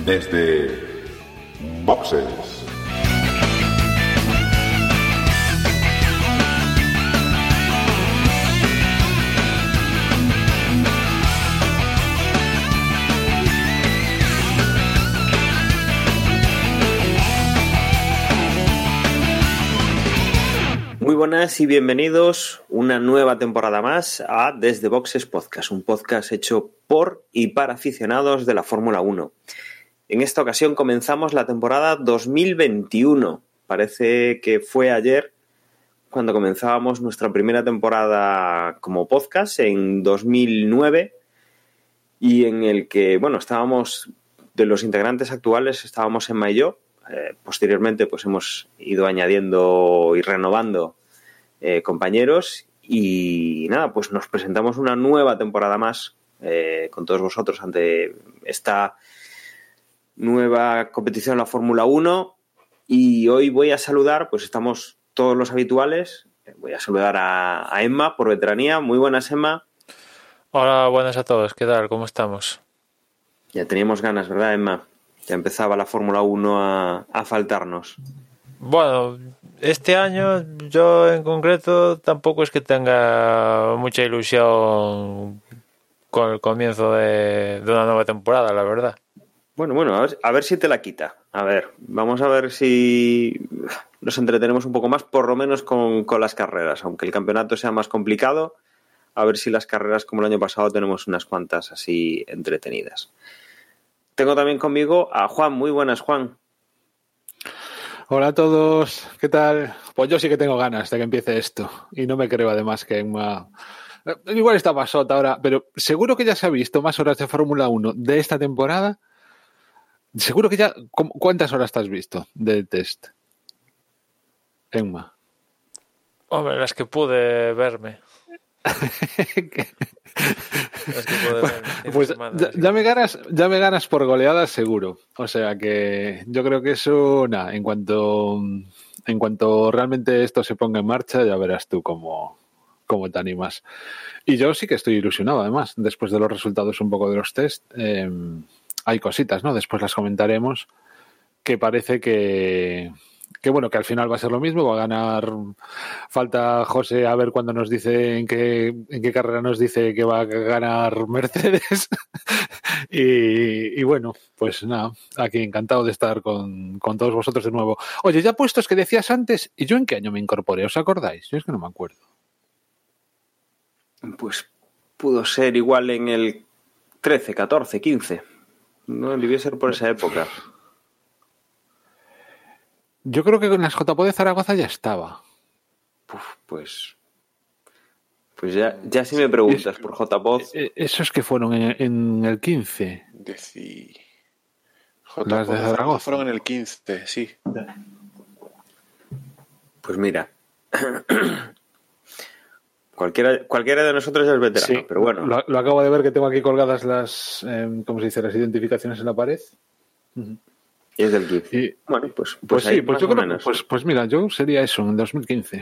desde Boxes. Muy buenas y bienvenidos una nueva temporada más a Desde Boxes Podcast, un podcast hecho por y para aficionados de la Fórmula 1. En esta ocasión comenzamos la temporada 2021. Parece que fue ayer cuando comenzábamos nuestra primera temporada como podcast en 2009 y en el que, bueno, estábamos, de los integrantes actuales, estábamos Emma y yo. Posteriormente pues hemos ido añadiendo y renovando compañeros y nada, pues nos presentamos una nueva temporada más con todos vosotros ante esta nueva competición, la Fórmula 1, y hoy voy a saludar, pues estamos todos los habituales. Voy a saludar a Emma por veteranía. Muy buenas, Emma. Hola, buenas a todos, ¿qué tal? ¿Cómo estamos? Ya teníamos ganas, ¿verdad, Emma? Ya empezaba la Fórmula 1 a faltarnos. Bueno, este año yo en concreto tampoco es que tenga mucha ilusión con el comienzo de una nueva temporada, la verdad. Bueno, a ver si te la quita. A ver, vamos a ver si nos entretenemos un poco más, por lo menos con las carreras. Aunque el campeonato sea más complicado, a ver si las carreras como el año pasado tenemos unas cuantas así entretenidas. Tengo también conmigo a Juan. Muy buenas, Juan. Hola a todos, ¿qué tal? Pues yo sí que tengo ganas de que empiece esto. Y no me creo además que igual está más sota ahora, pero seguro que ya se ha visto más horas de Fórmula 1 de esta temporada. Seguro que ya... ¿Cuántas horas te has visto de test, Emma? Hombre, las que pude verme. Pues ya me ganas por goleadas seguro. O sea que yo creo que eso, nada, en cuanto realmente esto se ponga en marcha, ya verás tú cómo te animas. Y yo sí que estoy ilusionado, además, después de los resultados un poco de los test. Hay cositas, ¿no? Después las comentaremos, que parece que bueno, que al final va a ser lo mismo, va a ganar. Falta José a ver cuándo nos dice en qué carrera nos dice que va a ganar Mercedes. y bueno, pues nada, aquí encantado de estar con todos vosotros de nuevo. Oye, ya puestos que decías antes, ¿y yo en qué año me incorporé? ¿Os acordáis? Yo es que no me acuerdo. Pues pudo ser igual en el 13, 14, 15. No, debió ser por esa época. Yo creo que con las JPO de Zaragoza ya estaba. Pues ya si me preguntas por JPO. Esos que fueron en el 15. Las de Zaragoza fueron en el 15, sí. Pues mira. Cualquiera de nosotros es veterano, sí, pero bueno. Lo acabo de ver, que tengo aquí colgadas las, ¿cómo se dice? Las identificaciones en la pared. Y es del 15. Bueno, pues sí, pues yo creo, pues mira, yo sería eso, en 2015.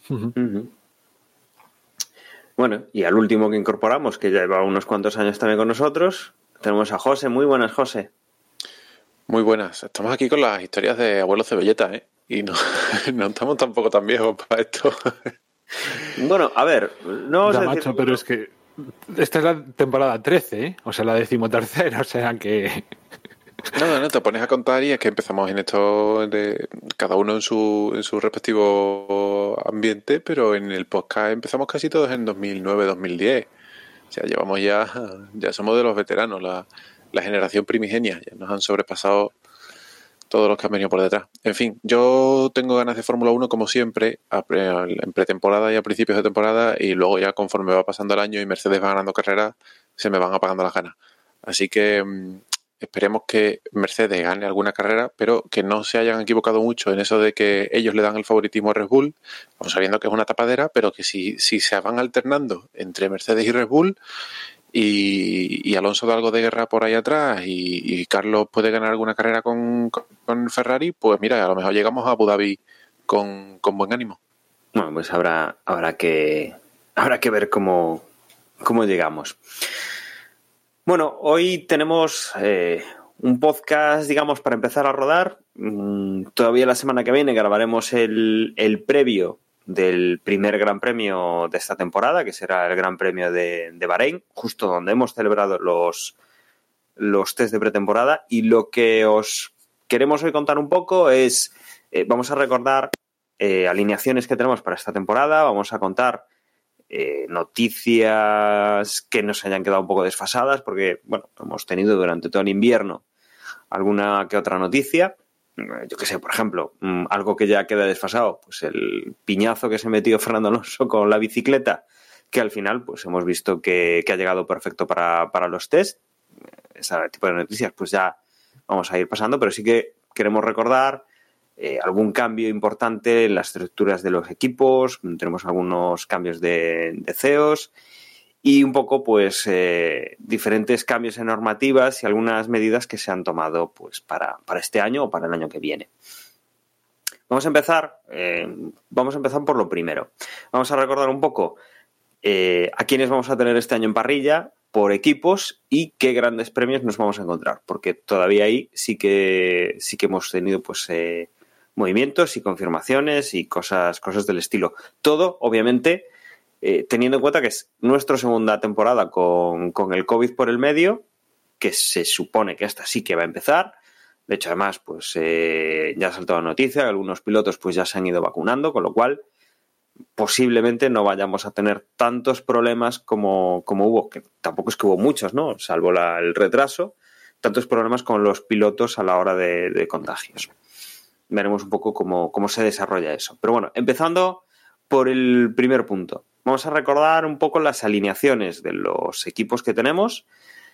Bueno, y al último que incorporamos, que ya lleva unos cuantos años también con nosotros, tenemos a José. Muy buenas, José. Muy buenas. Estamos aquí con las historias de Abuelo Cebolleta, ¿eh? Y no estamos tampoco tan viejos para esto. Bueno, a ver, no os macho, decir... pero es que esta es la temporada 13, ¿eh? O sea, la 13ª, o sea que... No, te pones a contar y es que empezamos en esto de cada uno en su respectivo ambiente, pero en el podcast empezamos casi todos en 2009, 2010. O sea, llevamos ya somos de los veteranos, la generación primigenia, ya nos han sobrepasado todos los que han venido por detrás. En fin, yo tengo ganas de Fórmula 1 como siempre, en pretemporada y a principios de temporada, y luego ya conforme va pasando el año y Mercedes va ganando carreras, se me van apagando las ganas. Así que esperemos que Mercedes gane alguna carrera, pero que no se hayan equivocado mucho en eso de que ellos le dan el favoritismo a Red Bull, vamos sabiendo que es una tapadera, pero que si se van alternando entre Mercedes y Red Bull, y Alonso da algo de guerra por ahí atrás, y Carlos puede ganar alguna carrera con Ferrari, pues mira, a lo mejor llegamos a Abu Dhabi con buen ánimo. Bueno, pues habrá que ver cómo llegamos. Bueno, hoy tenemos un podcast, digamos, para empezar a rodar. Todavía la semana que viene grabaremos el previo del primer Gran Premio de esta temporada, que será el Gran Premio de Bahrein, justo donde hemos celebrado los test de pretemporada. Y lo que os queremos hoy contar un poco es, vamos a recordar alineaciones que tenemos para esta temporada, vamos a contar noticias que nos hayan quedado un poco desfasadas, porque, bueno, hemos tenido durante todo el invierno alguna que otra noticia. Yo qué sé, por ejemplo, algo que ya queda desfasado, pues el piñazo que se metió Fernando Alonso con la bicicleta, que al final pues hemos visto que ha llegado perfecto para los test. Ese tipo de noticias pues ya vamos a ir pasando, pero sí que queremos recordar algún cambio importante en las estructuras de los equipos. Tenemos algunos cambios de CEOs y un poco pues diferentes cambios en normativas y algunas medidas que se han tomado pues para este año o para el año que viene. Vamos a empezar por lo primero. Vamos a recordar un poco a quiénes vamos a tener este año en parrilla por equipos y qué grandes premios nos vamos a encontrar, porque todavía ahí sí que hemos tenido pues movimientos y confirmaciones y cosas del estilo. Todo, obviamente, teniendo en cuenta que es nuestra segunda temporada con el COVID por el medio, que se supone que esta sí que va a empezar. De hecho, además, pues ya ha saltado la noticia que algunos pilotos pues ya se han ido vacunando, con lo cual posiblemente no vayamos a tener tantos problemas como hubo, que tampoco es que hubo muchos, ¿no? Salvo el retraso, tantos problemas con los pilotos a la hora de contagios. Veremos un poco cómo se desarrolla eso. Pero bueno, empezando por el primer punto. Vamos a recordar un poco las alineaciones de los equipos que tenemos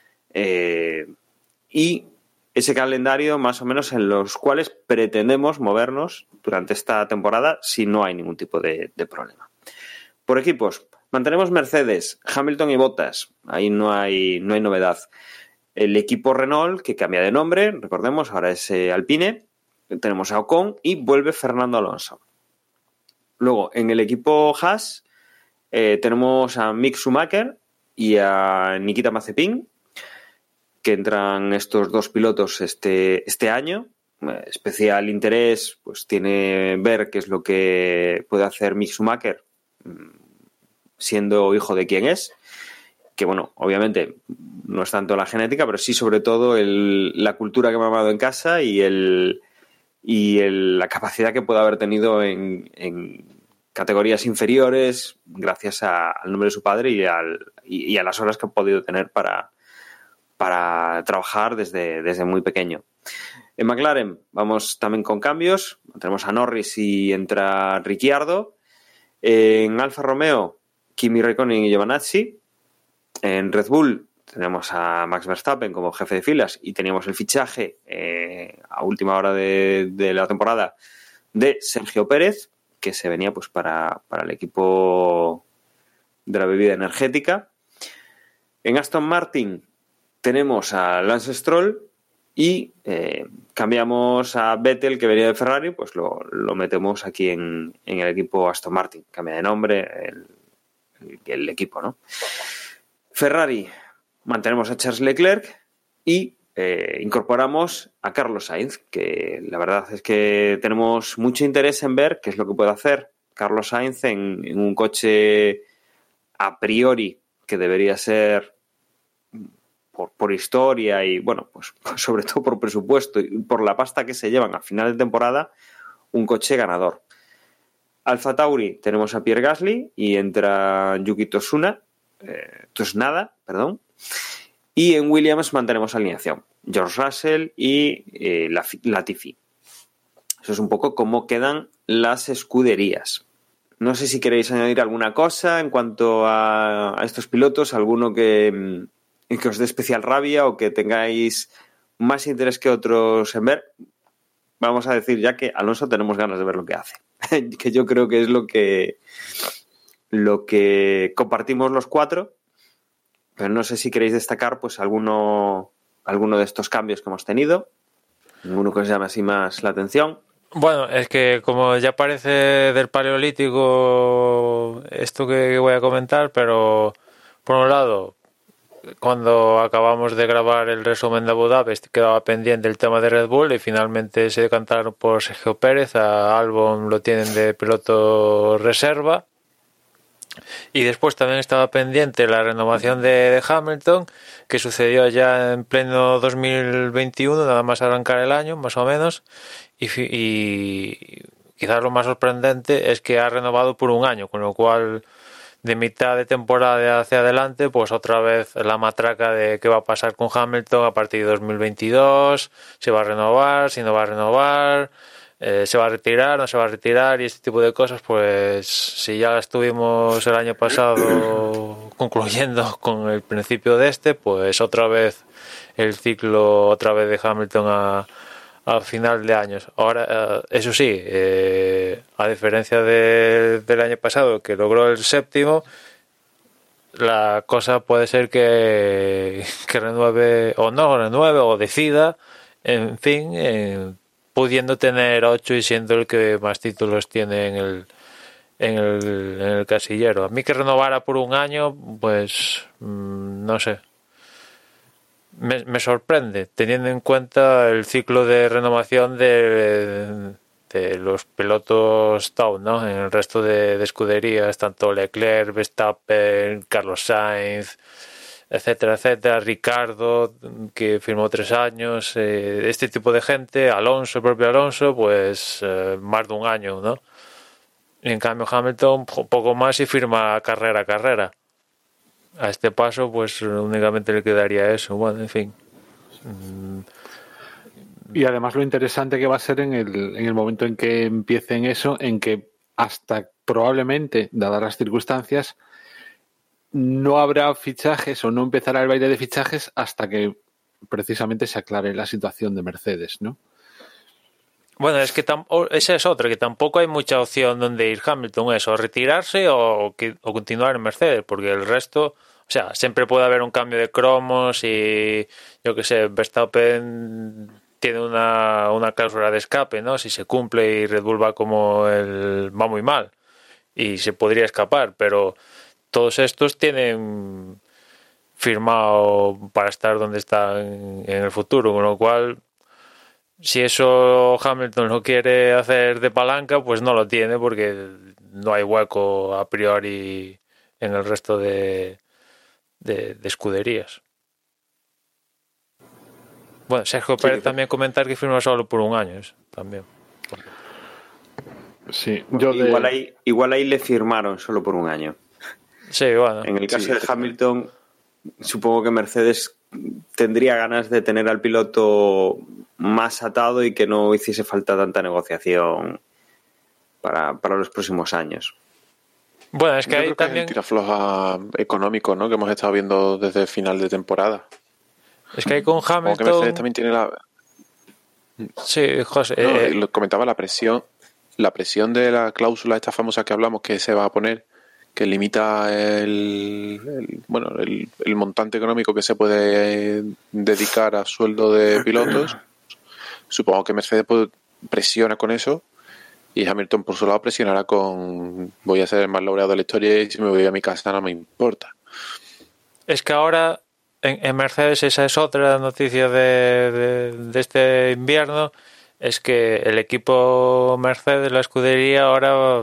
y ese calendario más o menos en los cuales pretendemos movernos durante esta temporada si no hay ningún tipo de problema. Por equipos, mantenemos Mercedes, Hamilton y Bottas. Ahí no hay novedad. El equipo Renault, que cambia de nombre, recordemos, ahora es Alpine. Tenemos a Ocon y vuelve Fernando Alonso. Luego, en el equipo Haas, tenemos a Mick Schumacher y a Nikita Mazepin, que entran estos dos pilotos este año. Especial interés pues tiene ver qué es lo que puede hacer Mick Schumacher siendo hijo de quien es, que bueno, obviamente no es tanto la genética, pero sí sobre todo la cultura que me ha dado en casa y la capacidad que puede haber tenido en categorías inferiores gracias al nombre de su padre y a las horas que ha podido tener para trabajar desde muy pequeño. En McLaren vamos también con cambios. Tenemos a Norris y entra Ricciardo. En Alfa Romeo, Kimi Räikkönen y Giovinazzi. En Red Bull tenemos a Max Verstappen como jefe de filas y teníamos el fichaje a última hora de la temporada de Sergio Pérez, que se venía pues para el equipo de la bebida energética. En Aston Martin tenemos a Lance Stroll y cambiamos a Vettel, que venía de Ferrari, pues lo metemos aquí en el equipo Aston Martin. Cambia de nombre el equipo, ¿no? Ferrari, mantenemos a Charles Leclerc y incorporamos a Carlos Sainz, que la verdad es que tenemos mucho interés en ver qué es lo que puede hacer Carlos Sainz en un coche a priori que debería ser por historia y bueno, pues sobre todo por presupuesto y por la pasta que se llevan al final de temporada, un coche ganador. Alfa Tauri tenemos a Pierre Gasly y entra Yuki Tsunoda, y en Williams mantenemos alineación George Russell y Latifi. Eso es un poco cómo quedan las escuderías. No sé si queréis añadir alguna cosa en cuanto a estos pilotos, alguno que os dé especial rabia o que tengáis más interés que otros en ver. Vamos a decir ya que Alonso tenemos ganas de ver lo que hace, que yo creo que es lo que compartimos los cuatro, pero no sé si queréis destacar pues alguno de estos cambios que hemos tenido, alguno que os llame así más la atención. Bueno, es que como ya parece del Paleolítico esto que voy a comentar, pero por un lado cuando acabamos de grabar el resumen de Abu Dhabi quedaba pendiente el tema de Red Bull y finalmente se decantaron por Sergio Pérez. A Albon lo tienen de piloto reserva. Y después también estaba pendiente la renovación de Hamilton, que sucedió ya en pleno 2021, nada más arrancar el año, más o menos. Y quizás lo más sorprendente es que ha renovado por un año, con lo cual de mitad de temporada hacia adelante, pues otra vez la matraca de qué va a pasar con Hamilton a partir de 2022, se va a renovar, si no va a renovar, se va a retirar, no se va a retirar, y este tipo de cosas. Pues si ya estuvimos el año pasado concluyendo con el principio de pues otra vez el ciclo otra vez de Hamilton a final de años. Ahora, eso sí, a diferencia del año pasado, que logró el 7º, la cosa puede ser que renueve o no renueve o decida, en fin, pudiendo tener 8 y siendo el que más títulos tiene en el casillero. A mí que renovara por un año, pues no sé. Me sorprende, teniendo en cuenta el ciclo de renovación de los pilotos top, ¿no? En el resto de escuderías, tanto Leclerc, Verstappen, Carlos Sainz, etcétera, etcétera, Ricardo, que firmó 3 años, este tipo de gente, Alonso, el propio Alonso, pues más de un año, ¿no? Y en cambio Hamilton, poco más y firma carrera a carrera. A este paso, pues únicamente le quedaría eso. Bueno, en fin. Y además lo interesante que va a ser en el momento en que empiecen eso, en que hasta probablemente, dadas las circunstancias, no habrá fichajes o no empezará el baile de fichajes hasta que precisamente se aclare la situación de Mercedes, ¿no? Bueno, es que esa es otra, que tampoco hay mucha opción donde ir Hamilton, eso, retirarse o continuar en Mercedes, porque el resto, o sea, siempre puede haber un cambio de cromos y yo que sé, Verstappen tiene una cláusula de escape, ¿no? Si se cumple y Red Bull va va muy mal y se podría escapar, pero todos estos tienen firmado para estar donde están en el futuro, con lo cual si eso Hamilton lo quiere hacer de palanca, pues no lo tiene porque no hay hueco a priori en el resto de escuderías. Bueno, Sergio Pérez también comentar que firma solo por un año, eso, también. Sí, igual ahí le firmaron solo por un año. Sí, bueno. En el caso de Hamilton, supongo que Mercedes tendría ganas de tener al piloto más atado y que no hiciese falta tanta negociación para los próximos años. Bueno, es que yo hay creo que también es el tirafloja económico, ¿no? Que hemos estado viendo desde el final de temporada. Es que hay con Hamilton. Como que Mercedes también tiene la. Sí, José. No, lo comentaba la presión de la cláusula esta famosa que hablamos que se va a poner, que limita el montante económico que se puede dedicar a sueldo de pilotos. Supongo que Mercedes presiona con eso y Hamilton por su lado presionará con voy a ser el más laureado de la historia y si me voy a mi casa no me importa. Es que ahora en Mercedes, esa es otra noticia de este invierno, es que el equipo Mercedes, la escudería, ahora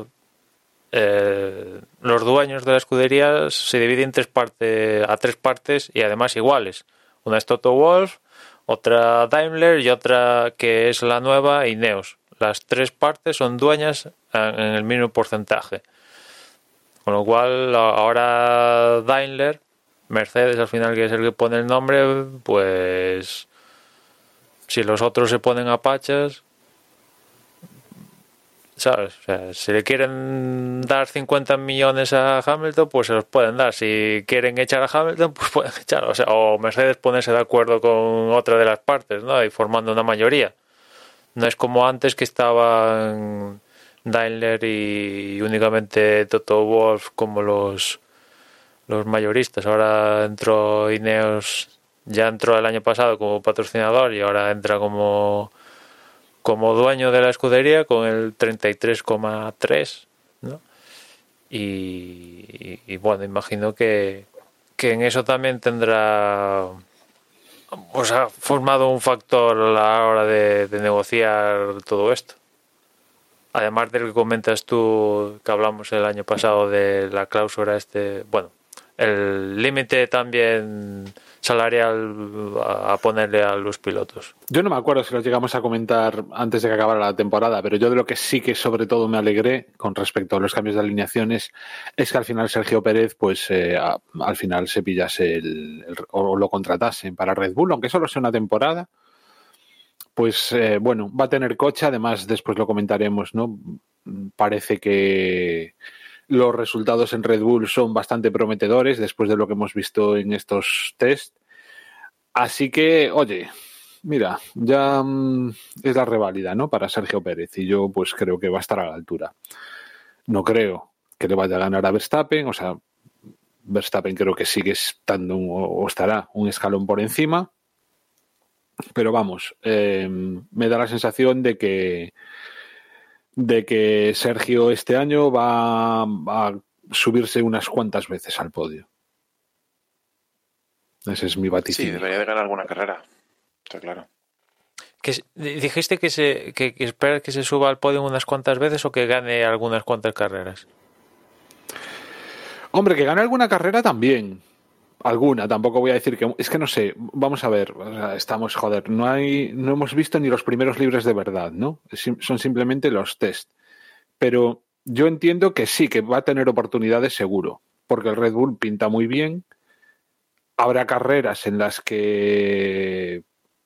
los dueños de la escudería se dividen a tres partes y además iguales. Una es Toto Wolff, otra Daimler y otra que es la nueva Ineos. Las 3 partes son dueñas en el mismo porcentaje. Con lo cual ahora Daimler, Mercedes al final que es el que pone el nombre, pues si los otros se ponen a pachas, ¿sabes? O sea, si le quieren dar 50 millones a Hamilton, pues se los pueden dar. Si quieren echar a Hamilton, pues pueden echar. O sea, o Mercedes ponerse de acuerdo con otra de las partes, ¿no? Y formando una mayoría. No es como antes que estaban Daimler y únicamente Toto Wolff como los mayoristas. Ahora entró Ineos, ya entró el año pasado como patrocinador y ahora entra como dueño de la escudería con el 33,3, ¿no? Y bueno, imagino que que en eso también tendrá, o sea, formado un factor a la hora de negociar todo esto. Además del que comentas tú, que hablamos el año pasado de la cláusula bueno, el límite también salarial a ponerle a los pilotos. Yo no me acuerdo si lo llegamos a comentar antes de que acabara la temporada, pero yo de lo que sí que sobre todo me alegré con respecto a los cambios de alineaciones es que al final Sergio Pérez pues al final se pillase o lo contratasen para Red Bull, aunque solo sea una temporada. Pues bueno, va a tener coche, además después lo comentaremos, ¿no? Parece que los resultados en Red Bull son bastante prometedores después de lo que hemos visto en estos test. Así que, oye, mira, ya es la reválida, ¿no? Para Sergio Pérez y yo pues creo que va a estar a la altura. No creo que le vaya a ganar a Verstappen, o sea, Verstappen creo que sigue estando o estará un escalón por encima. Pero vamos, me da la sensación de que Sergio este año va a subirse unas cuantas veces al podio. Ese es mi vaticinio. Sí, debería de ganar alguna carrera. Está claro. ¿Dijiste que esperas que se suba al podio unas cuantas veces o que gane algunas cuantas carreras? Hombre, que gane alguna carrera también. Alguna, tampoco voy a decir que... Es que no sé, vamos a ver, o sea, estamos, joder, no hemos visto ni los primeros libres de verdad, ¿no? Son simplemente los test. Pero yo entiendo que sí, que va a tener oportunidades seguro, porque el Red Bull pinta muy bien. Habrá carreras en las que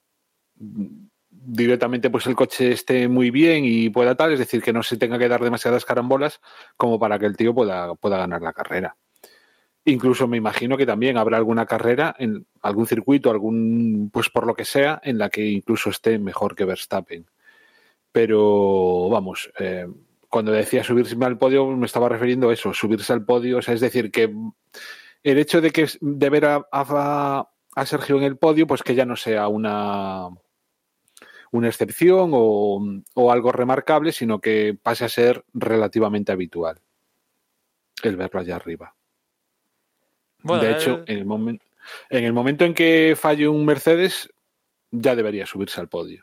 directamente pues el coche esté muy bien y pueda tal, es decir, que no se tenga que dar demasiadas carambolas como para que el tío pueda ganar la carrera. Incluso me imagino que también habrá alguna carrera en algún circuito, pues por lo que sea, en la que incluso esté mejor que Verstappen. Pero vamos, cuando decía subirse al podio me estaba refiriendo a eso, subirse al podio, o sea, es decir, que el hecho de ver a Sergio en el podio, pues que ya no sea una excepción o algo remarcable, sino que pase a ser relativamente habitual el verlo allá arriba. Bueno, de hecho, en el momento en que falle un Mercedes, ya debería subirse al podio.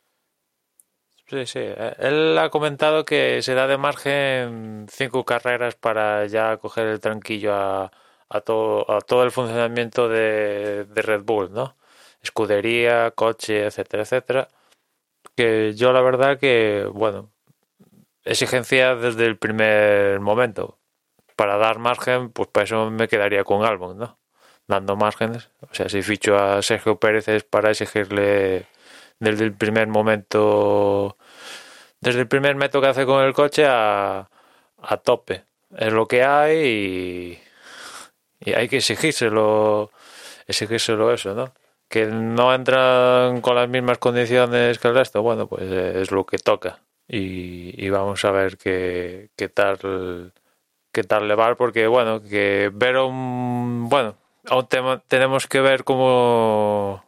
Sí, sí. Él ha comentado que se da de margen 5 carreras para ya coger el tranquillo a todo el funcionamiento de Red Bull, ¿no? Escudería, coche, etcétera, etcétera. Que yo la verdad que, bueno, exigencia desde el primer momento. Para dar margen, pues para eso me quedaría con Albon, ¿no? Dando márgenes. O sea, si ficho a Sergio Pérez es para exigirle desde el primer momento, desde el primer metro que hace con el coche a tope. Es lo que hay y hay que exigírselo eso, ¿no? Que no entran con las mismas condiciones que el resto, bueno, pues es lo que toca. Y vamos a ver qué tal le va, porque bueno, que ver bueno, aún tenemos que ver cómo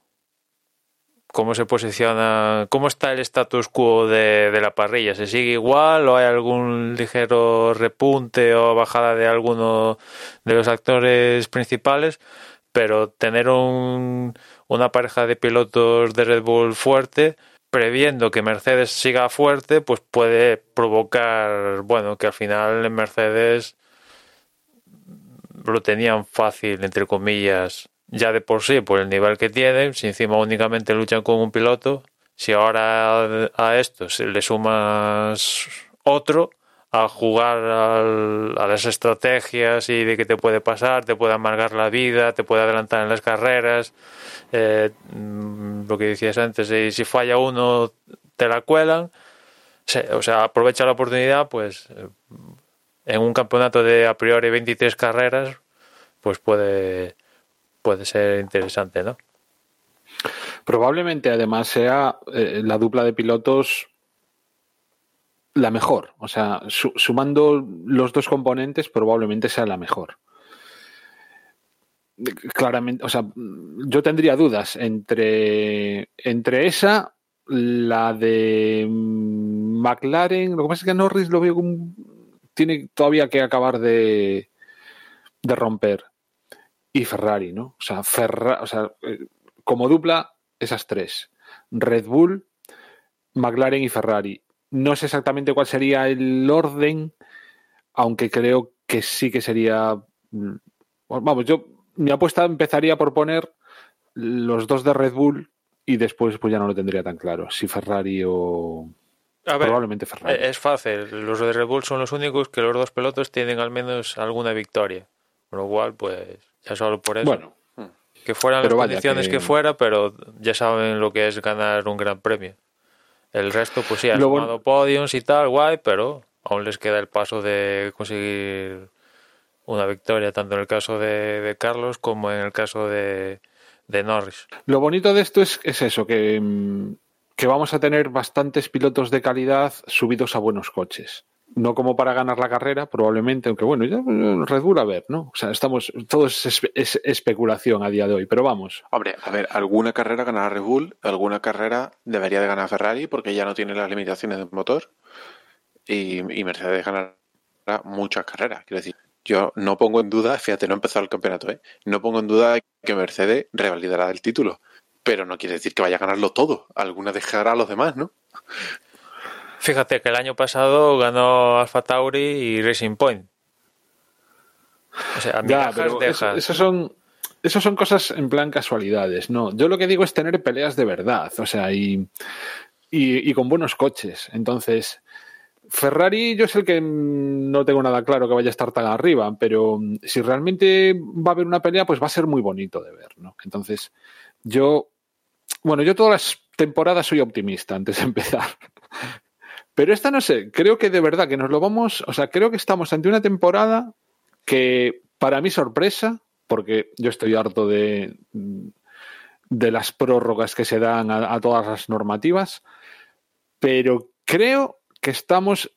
se posiciona, cómo está el status quo de la parrilla. ¿Se sigue igual o hay algún ligero repunte o bajada de alguno de los actores principales? Pero tener una pareja de pilotos de Red Bull fuerte, previendo que Mercedes siga fuerte, pues puede provocar, bueno, que al final en Mercedes lo tenían fácil, entre comillas, ya de por sí, por el nivel que tienen. Si encima únicamente luchan con un piloto, si ahora a esto se le sumas otro a jugar a las estrategias y de qué te puede pasar, te puede amargar la vida, te puede adelantar en las carreras, lo que decías antes, si falla uno te la cuelan, o sea, aprovecha la oportunidad, pues en un campeonato de a priori 23 carreras, pues puede ser interesante, ¿no? Probablemente además sea la dupla de pilotos la mejor, o sea, sumando los dos componentes probablemente sea la mejor. Claramente, o sea, yo tendría dudas entre esa, la de McLaren. Lo que pasa es que Norris lo veo tiene todavía que acabar de romper. y Ferrari, ¿no? O sea, como dupla, esas tres. Red Bull, McLaren y Ferrari. No sé exactamente cuál sería el orden, aunque creo que sí que sería... Vamos, mi apuesta empezaría por poner los dos de Red Bull y después pues ya no lo tendría tan claro. Si Ferrari o... A ver, probablemente Ferrari. es fácil. Los de Red Bull son los únicos que los dos pilotos tienen al menos alguna victoria. Con lo cual, pues, ya solo por eso. Bueno, que fueran las condiciones que fuera, pero ya saben lo que es ganar un gran premio. El resto, pues sí, han sumado podiums y tal, guay, pero aún les queda el paso de conseguir una victoria, tanto en el caso de Carlos como en el caso de Norris. Lo bonito de esto es eso, que vamos a tener bastantes pilotos de calidad subidos a buenos coches. No como para ganar la carrera, probablemente, aunque bueno, ya Red Bull a ver, ¿no? O sea, todo es especulación a día de hoy, pero vamos. Hombre, a ver, alguna carrera ganará Red Bull, alguna carrera debería de ganar Ferrari porque ya no tiene las limitaciones del motor y Mercedes ganará muchas carreras. Quiero decir, yo no pongo en duda, fíjate, no ha empezado el campeonato, no pongo en duda que Mercedes revalidará el título, pero no quiere decir que vaya a ganarlo todo. Alguna dejará a los demás, ¿no? Fíjate que el año pasado ganó Alfa Tauri y Racing Point. O sea, dejas. Eso son cosas en plan casualidades, ¿no? Yo lo que digo es tener peleas de verdad, o sea, y con buenos coches. Entonces, Ferrari yo es el que no tengo nada claro que vaya a estar tan arriba, pero si realmente va a haber una pelea, pues va a ser muy bonito de ver, ¿no? Entonces, yo todas las temporadas soy optimista antes de empezar. Pero esta no sé, creo que de verdad que nos lo vamos... O sea, creo que estamos ante una temporada que, para mí, sorpresa, porque yo estoy harto de las prórrogas que se dan a todas las normativas, pero creo que estamos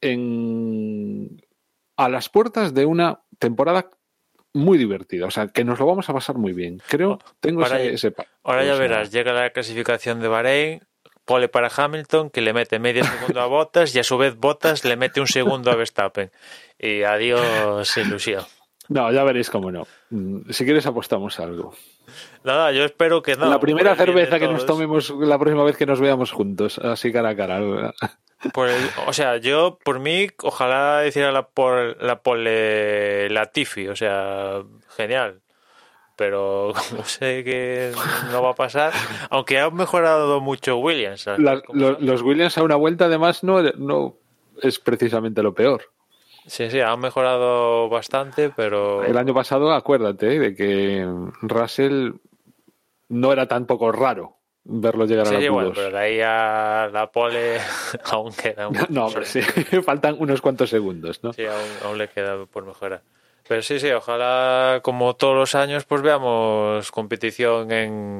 a las puertas de una temporada muy divertida. O sea, que nos lo vamos a pasar muy bien. Creo, tengo ese ahora ya verás, llega la clasificación de Bahrein... Pole para Hamilton, que le mete medio segundo a Bottas y a su vez Bottas le mete un segundo a Verstappen. Y adiós ilusión. No, ya veréis cómo no. Si quieres apostamos algo. Nada, yo espero que no. La primera cerveza que nos tomemos la próxima vez que nos veamos juntos, así cara a cara. O sea, yo por mí ojalá hiciera la pole Latifi, o sea, genial. Pero como sé que no va a pasar, aunque han mejorado mucho Williams. Los Williams a una vuelta además no es precisamente lo peor. Sí, han mejorado bastante, pero... El año pasado, acuérdate de que Russell no era tan poco raro verlo llegar a la Q2. Bueno, pero de ahí a la pole aún queda No, hombre, sí, faltan unos cuantos segundos, ¿no? Sí, aún le queda por mejorar. Pero sí, ojalá como todos los años pues veamos competición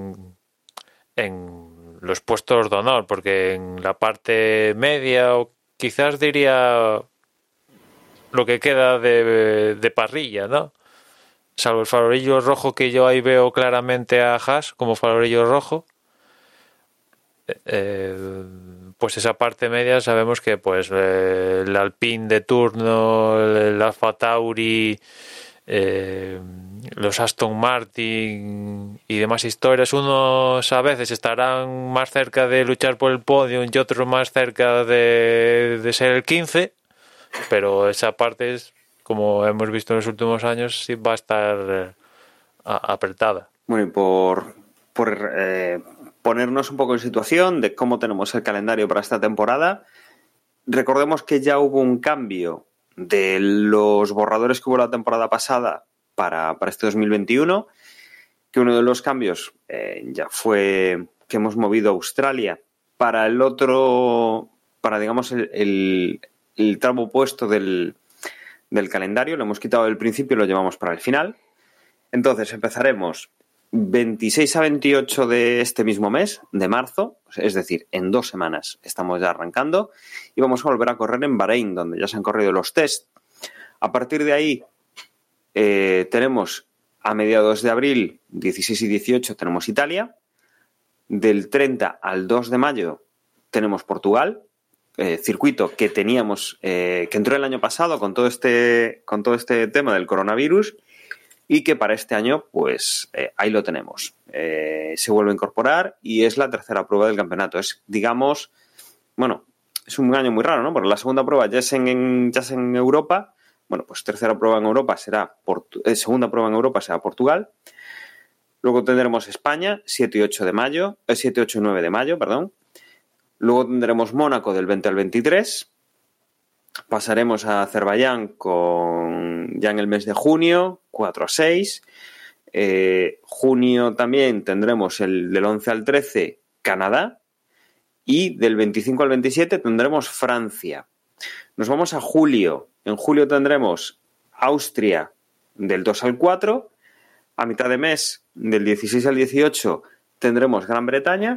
en los puestos de honor, porque en la parte media o quizás diría lo que queda de parrilla, ¿no? Salvo el farolillo rojo que yo ahí veo claramente a Haas como farolillo rojo. Pues esa parte media sabemos que pues el Alpine de turno, el Alfa Tauri, los Aston Martin y demás historias, unos a veces estarán más cerca de luchar por el podio y otros más cerca de ser el 15, pero esa parte es, como hemos visto en los últimos años, sí va a estar apretada. Bueno, y por ponernos un poco en situación de cómo tenemos el calendario para esta temporada, recordemos que ya hubo un cambio de los borradores que hubo la temporada pasada para este 2021, que uno de los cambios ya fue que hemos movido a Australia para el otro, para digamos el tramo opuesto del calendario, lo hemos quitado del principio y lo llevamos para el final. Entonces empezaremos 26 a 28 de este mismo mes, de marzo, es decir, en 2 semanas estamos ya arrancando y vamos a volver a correr en Bahrein, donde ya se han corrido los test. A partir de ahí tenemos a mediados de abril, 16 y 18, tenemos Italia. Del 30 al 2 de mayo tenemos Portugal, circuito que teníamos, que entró el año pasado con todo este tema del coronavirus. y que para este año, pues ahí lo tenemos. Se vuelve a incorporar y es la tercera prueba del campeonato. Es, digamos, bueno, es un año muy raro, ¿no? Porque la segunda prueba ya es en Europa. Bueno, pues tercera prueba en Europa será segunda prueba en Europa será Portugal. Luego tendremos España, 7 y 8 de mayo, 7, 8 y 9 de mayo, perdón. Luego tendremos Mónaco del 20 al 23. Pasaremos a Azerbaiyán ya en el mes de junio, 4 a 6. Junio también tendremos del 11 al 13 Canadá. Y del 25 al 27 tendremos Francia. Nos vamos a julio. En julio tendremos Austria del 2 al 4. A mitad de mes, del 16 al 18, tendremos Gran Bretaña.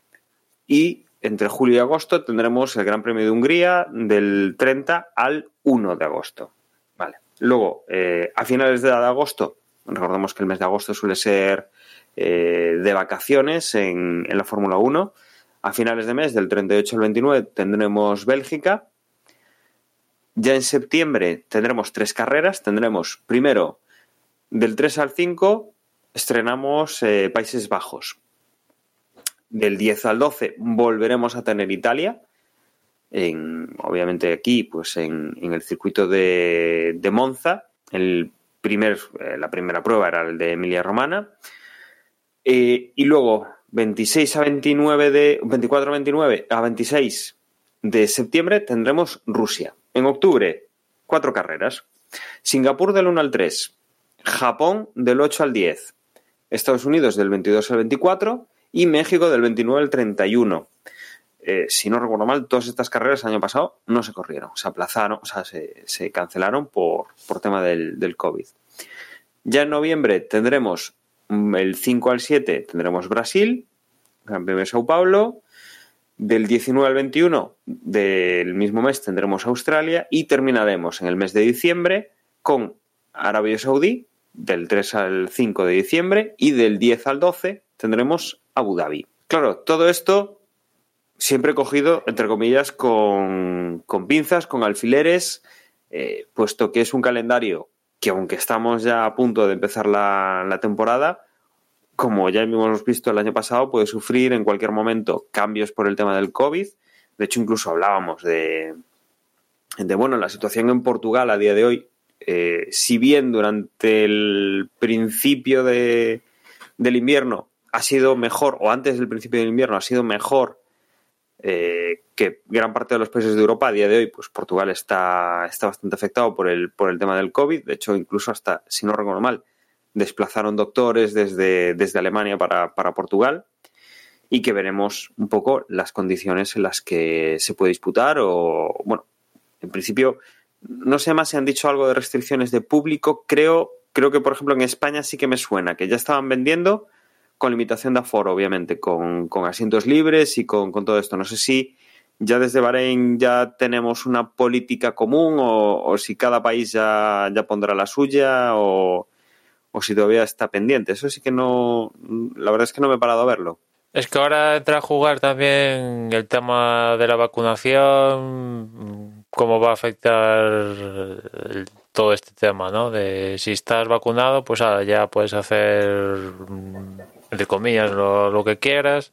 Y entre julio y agosto tendremos el Gran Premio de Hungría del 30 al 1 de agosto. Vale. Luego, a finales de agosto, recordemos que el mes de agosto suele ser de vacaciones en la Fórmula 1. A finales de mes, del 38 al 29, tendremos Bélgica. Ya en septiembre tendremos 3 carreras. Tendremos primero, del 3 al 5, estrenamos Países Bajos. Del 10 al 12 volveremos a tener Italia. Obviamente aquí, pues en el circuito de Monza. La primera prueba era el de Emilia-Romagna. Y luego 24 a 29 a 26 de septiembre tendremos Rusia. En octubre, 4 carreras. Singapur del 1 al 3. Japón del 8 al 10. Estados Unidos del 22 al 24. Y México del 29 al 31. Si no recuerdo mal, todas estas carreras el año pasado no se corrieron. Se aplazaron, o sea, se cancelaron por tema del COVID. Ya en noviembre tendremos el 5 al 7 tendremos Brasil, Gran Premio de Sao Paulo. Del 19 al 21 del mismo mes tendremos Australia y terminaremos en el mes de diciembre con Arabia Saudí, del 3 al 5 de diciembre, y del 10 al 12 tendremos Abu Dhabi. Claro, todo esto siempre cogido, entre comillas, con pinzas, con alfileres, puesto que es un calendario que, aunque estamos ya a punto de empezar la temporada, como ya hemos visto el año pasado, puede sufrir en cualquier momento cambios por el tema del COVID. De hecho, incluso hablábamos de la situación en Portugal a día de hoy. Si bien durante el principio del invierno ha sido mejor, o antes del principio del invierno ha sido mejor que gran parte de los países de Europa, a día de hoy, pues Portugal está bastante afectado por el tema del COVID. De hecho, incluso hasta, si no recuerdo mal, desplazaron doctores desde Alemania para Portugal, y que veremos un poco las condiciones en las que se puede disputar. O, bueno, en principio, no sé más si han dicho algo de restricciones de público. Creo que, por ejemplo, en España sí que me suena que ya estaban vendiendo con limitación de aforo, obviamente, con asientos libres y con todo esto. No sé si ya desde Bahrein ya tenemos una política común o si cada país ya pondrá la suya o si todavía está pendiente. Eso sí que no... La verdad es que no me he parado a verlo. Es que ahora entra a jugar también el tema de la vacunación, cómo va a afectar todo este tema, ¿no? De si estás vacunado, pues ya puedes hacer, entre comillas, lo que quieras.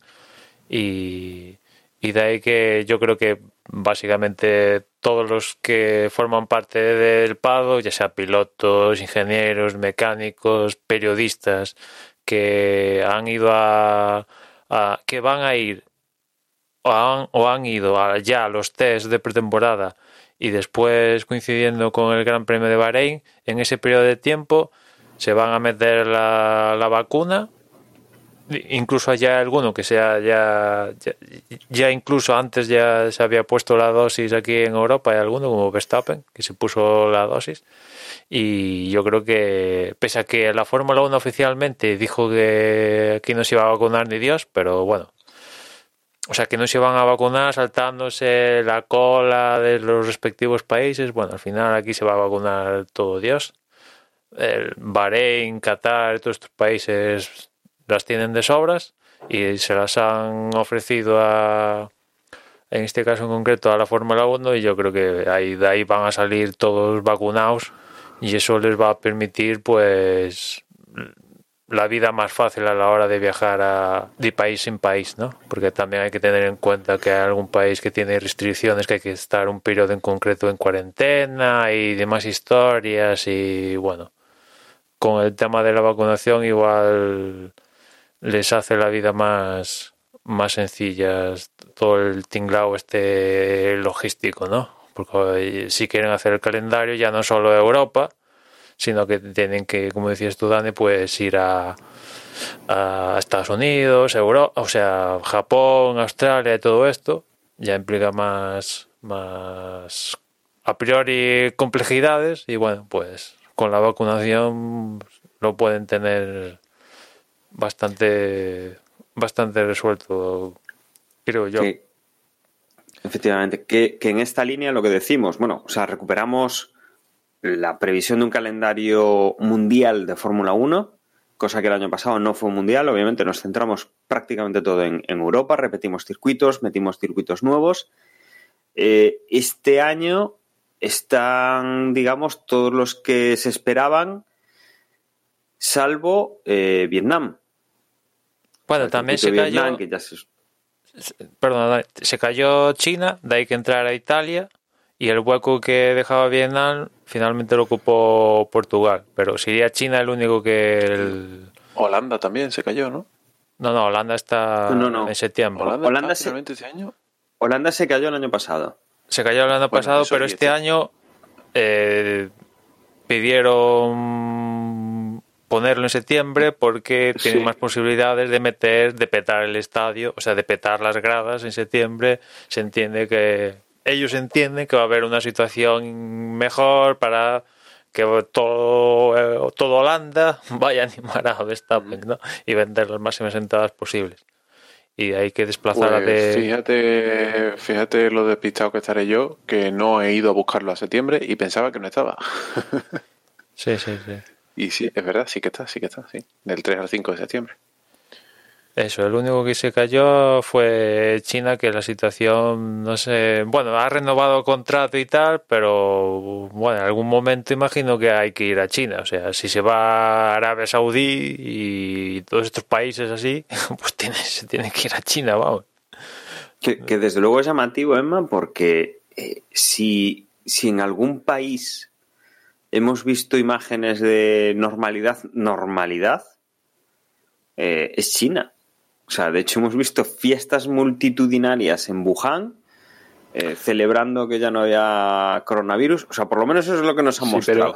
Y de ahí que yo creo que básicamente todos los que forman parte del paddock, ya sea pilotos, ingenieros, mecánicos, periodistas, que han ido que van a ir o han ido ya a los test de pretemporada y después, coincidiendo con el Gran Premio de Bahrein, en ese periodo de tiempo se van a meter la vacuna. Incluso hay alguno que ya incluso antes ya se había puesto la dosis aquí en Europa. Hay alguno como Verstappen que se puso la dosis. Y yo creo que, pese a que la Fórmula 1 oficialmente dijo que aquí no se iba a vacunar ni Dios, pero bueno, o sea, que no se iban a vacunar saltándose la cola de los respectivos países. Bueno, al final aquí se va a vacunar todo Dios. Bahrein, Qatar, todos estos países las tienen de sobras y se las han ofrecido en este caso en concreto a la Fórmula 1, y yo creo que de ahí van a salir todos vacunados y eso les va a permitir pues la vida más fácil a la hora de viajar de país en país, ¿no? Porque también hay que tener en cuenta que hay algún país que tiene restricciones, que hay que estar un periodo en concreto en cuarentena y demás historias, y bueno, con el tema de la vacunación igual les hace la vida más sencilla todo el tinglao logístico, ¿no? Porque si quieren hacer el calendario ya no solo Europa, sino que tienen que, como decías tú, Dani, pues ir a Estados Unidos, Europa, o sea, Japón, Australia y todo esto. Ya implica más a priori complejidades, y bueno, pues con la vacunación lo pueden tener bastante resuelto, creo yo. Sí. Efectivamente, que en esta línea lo que decimos, bueno, o sea, recuperamos la previsión de un calendario mundial de Fórmula 1, cosa que el año pasado no fue mundial. Obviamente nos centramos prácticamente todo en Europa, repetimos circuitos, metimos circuitos nuevos. Este año están, digamos, todos los que se esperaban, salvo Vietnam. Bueno, también se cayó... que ya se... Perdón, se cayó China, de ahí que entrara Italia, y el hueco que dejaba Vietnam finalmente lo ocupó Portugal. Pero sería China el único que... Holanda también se cayó, ¿no? No, Holanda está en septiembre. ¿Holanda finalmente ese año? Holanda se cayó el año pasado. Se cayó el año pasado, pero este año pidieron ponerlo en septiembre porque tienen más posibilidades de petar el estadio, o sea, de petar las gradas en septiembre. Ellos entienden que va a haber una situación mejor para que todo Holanda vaya a animar a Verstappen, ¿no? Y vender las máximas entradas posibles. Y hay que desplazar Fíjate lo despistado que estaré yo, que no he ido a buscarlo a septiembre y pensaba que no estaba. Sí. Y sí, es verdad, sí que está, sí. Del 3 al 5 de septiembre. Eso, el único que se cayó fue China, que la situación, no sé, bueno, ha renovado contrato y tal, pero bueno, en algún momento imagino que hay que ir a China. O sea, si se va a Arabia Saudí y todos estos países así, pues se tiene que ir a China, vamos. Que desde luego es llamativo, Emma, porque si en algún país hemos visto imágenes de normalidad, es China. O sea, de hecho hemos visto fiestas multitudinarias en Wuhan, celebrando que ya no había coronavirus. O sea, por lo menos eso es lo que nos han mostrado.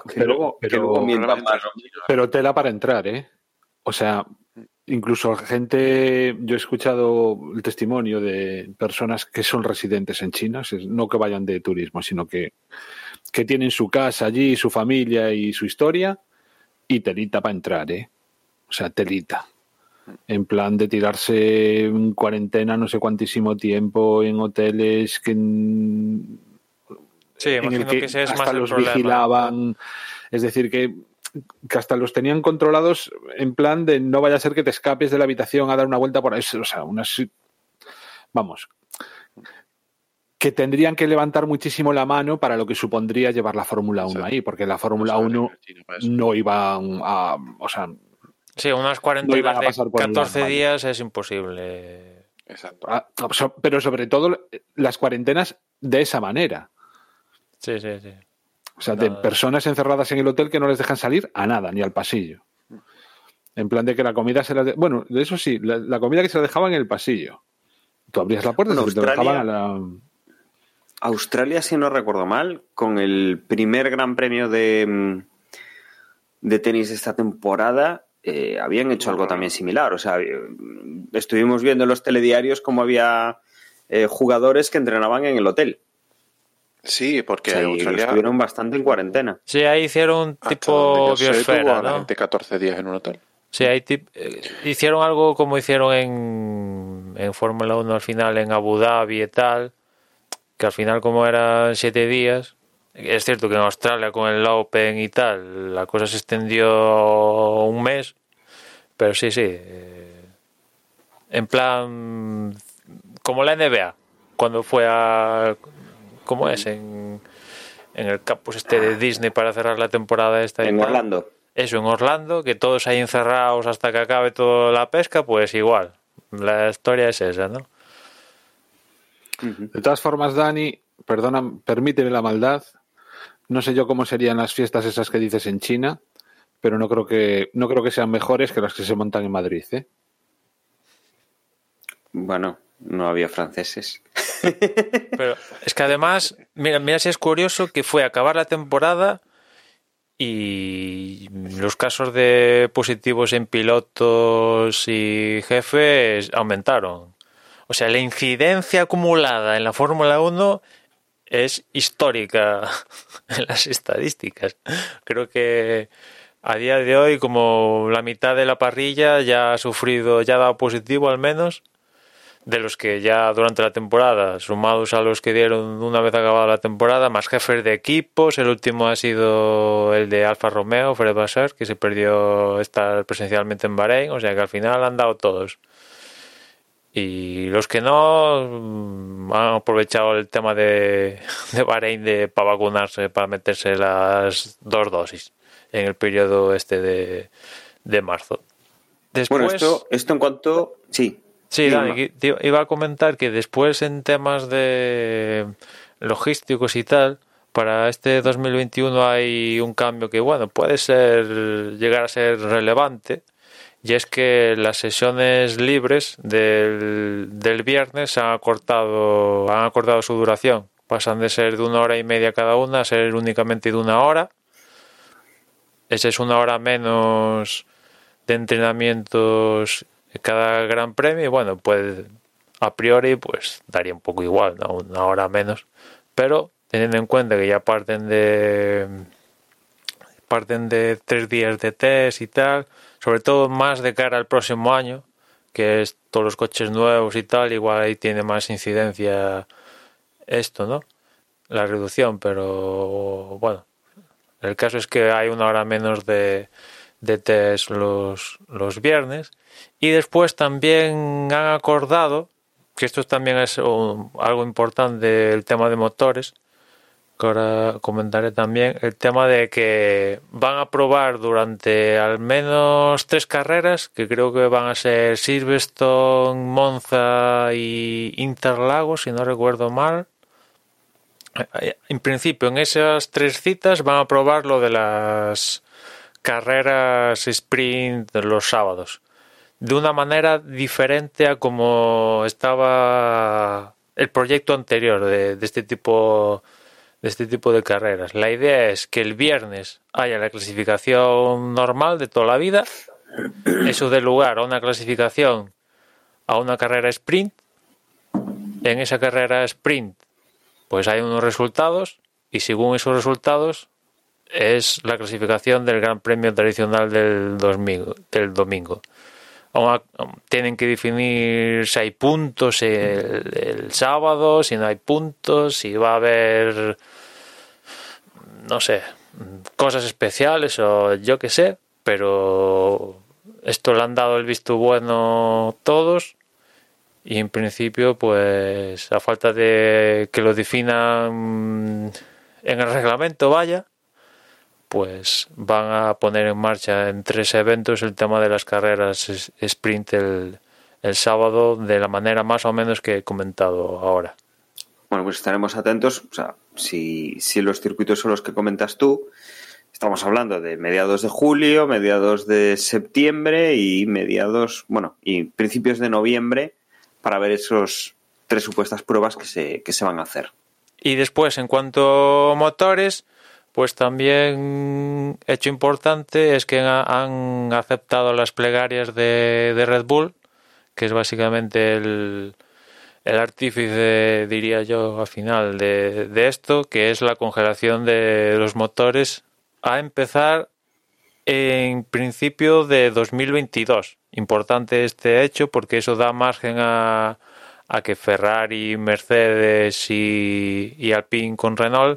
Pero tela para entrar, ¿eh? O sea, incluso gente... Yo he escuchado el testimonio de personas que son residentes en China, no que vayan de turismo, sino que tienen su casa allí, su familia y su historia, y telita para entrar, ¿eh? O sea, telita. En plan de tirarse en cuarentena no sé cuantísimo tiempo en hoteles que en el que ese es hasta más los el problema. vigilaban, es decir que hasta los tenían controlados en plan de no vaya a ser que te escapes de la habitación a dar una vuelta por ahí, o sea, vamos, que tendrían que levantar muchísimo la mano para lo que supondría llevar la Fórmula 1 ahí, porque la Fórmula 1 no iba a, o sea, sí, unas cuarentenas de 14 días es imposible. Exacto. Pero sobre todo las cuarentenas de esa manera. Sí. O sea, de personas encerradas en el hotel que no les dejan salir a nada, ni al pasillo. En plan de que la comida se la... Bueno, de eso sí, la comida que se la dejaban en el pasillo. Tú abrías la puerta y te la dejaban a la... Australia, si no recuerdo mal, con el primer gran premio de tenis de esta temporada... habían hecho algo también similar. O sea, estuvimos viendo en los telediarios cómo había jugadores que entrenaban en el hotel. Sí, porque Australia estuvieron bastante en cuarentena. Sí, ahí hicieron un tipo biosfera, ¿no? De 14 días en un hotel. Sí, ahí hicieron algo como hicieron en Fórmula 1 al final en Abu Dhabi y tal, que al final como eran 7 días... Es cierto que en Australia con el Open y tal la cosa se extendió un mes, pero sí, en plan como la NBA cuando fue a... ¿cómo es? En en el campus este de Disney para cerrar la temporada esta. En Orlando. Eso, en Orlando, que todos ahí encerrados hasta que acabe toda la pesca, pues igual. La historia es esa, ¿no? De todas formas, Dani, perdona, permíteme la maldad. No sé yo cómo serían las fiestas esas que dices en China, pero no creo que sean mejores que las que se montan en Madrid, ¿eh? Bueno, no había franceses. Pero es que además, mira si es curioso que fue a acabar la temporada y los casos de positivos en pilotos y jefes aumentaron. O sea, la incidencia acumulada en la Fórmula 1 es histórica en las estadísticas. Creo que a día de hoy como la mitad de la parrilla ya ha dado positivo al menos, de los que ya durante la temporada, sumados a los que dieron una vez acabada la temporada, más jefes de equipos. El último ha sido el de Alfa Romeo, Fred Vasseur, que se perdió estar presencialmente en Bahrein, o sea que al final han dado todos. Y los que no han aprovechado el tema de Bahrein para vacunarse, para meterse las 2 dosis en el periodo este de marzo. Después, bueno, esto en cuanto... Sí, Dani, iba a comentar que después en temas de logísticos y tal, para este 2021 hay un cambio que, bueno, puede llegar a ser relevante, y es que las sesiones libres del viernes han acortado su duración. Pasan de ser de 1 hora y media cada una a ser únicamente de 1 hora. Esa es 1 hora menos de entrenamientos cada gran premio, y bueno, pues a priori pues daría un poco igual, ¿no? 1 hora menos, pero teniendo en cuenta que ya parten de 3 días de test y tal, sobre todo más de cara al próximo año, que es todos los coches nuevos y tal, igual ahí tiene más incidencia esto, ¿no? La reducción, pero bueno, el caso es que hay 1 hora menos de test los viernes. Y después también han acordado, que esto también es algo importante, el tema de motores, que ahora comentaré también, el tema de que van a probar durante al menos 3 carreras, que creo que van a ser Silverstone, Monza y Interlagos, si no recuerdo mal. En principio, en esas 3 citas van a probar lo de las carreras sprint los sábados, de una manera diferente a como estaba el proyecto anterior de este tipo de carreras. La idea es que el viernes haya la clasificación normal de toda la vida, eso dé lugar a una clasificación a una carrera sprint. En esa carrera sprint pues hay unos resultados, y según esos resultados es la clasificación del Gran Premio tradicional del domingo. Tienen que definir si hay puntos el sábado, si no hay puntos, si va a haber, no sé, cosas especiales o yo qué sé, pero esto le han dado el visto bueno todos, y en principio pues a falta de que lo definan en el reglamento, pues van a poner en marcha en 3 eventos el tema de las carreras sprint el sábado, de la manera más o menos que he comentado ahora. Bueno, pues estaremos atentos. O sea, si los circuitos son los que comentas tú, estamos hablando de mediados de julio, mediados de septiembre y principios de noviembre, para ver esos 3 supuestas pruebas que se van a hacer. Y después, en cuanto a motores, pues también hecho importante es que han aceptado las plegarias de Red Bull, que es básicamente el artífice, diría yo, al final de esto, que es la congelación de los motores a empezar en principio de 2022. Importante este hecho porque eso da margen a que Ferrari, Mercedes y Alpine con Renault,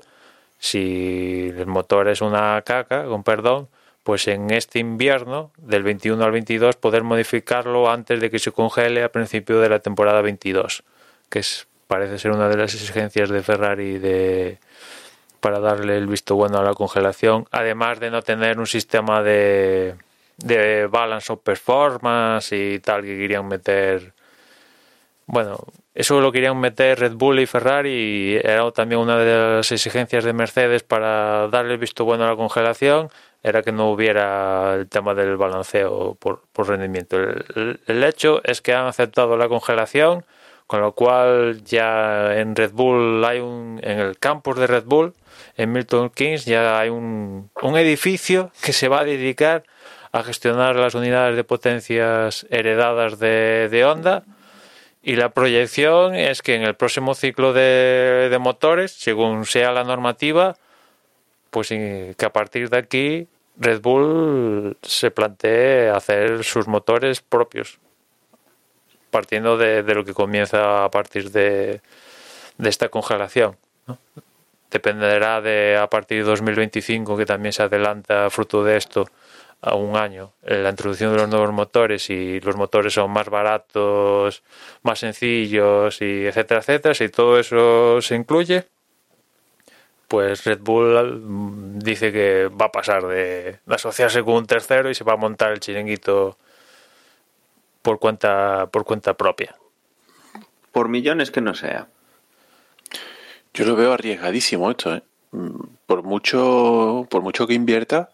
si el motor es una caca, con perdón, pues en este invierno, del 21 al 22, poder modificarlo antes de que se congele a principio de la temporada 22, que parece ser una de las exigencias de Ferrari para darle el visto bueno a la congelación, además de no tener un sistema de balance of performance y tal que querían meter. Bueno, eso lo querían meter Red Bull y Ferrari y era también una de las exigencias de Mercedes para darle el visto bueno a la congelación, era que no hubiera el tema del balanceo por rendimiento. El hecho es que han aceptado la congelación, con lo cual ya en Red Bull en el campus de Red Bull, en Milton Keynes, ya hay un edificio que se va a dedicar a gestionar las unidades de potencias heredadas de Honda. Y la proyección es que en el próximo ciclo de motores, según sea la normativa, pues que a partir de aquí Red Bull se plantee hacer sus motores propios, partiendo de lo que comienza a partir de esta congelación, ¿no? Dependerá a partir de 2025, que también se adelanta fruto de esto a un año, la introducción de los nuevos motores, y los motores son más baratos, más sencillos, y etcétera, etcétera. Si todo eso se incluye, pues Red Bull dice que va a pasar de asociarse con un tercero y se va a montar el chiringuito por cuenta propia. Por millones que no sea. Yo lo veo arriesgadísimo esto, ¿eh? Por mucho que invierta,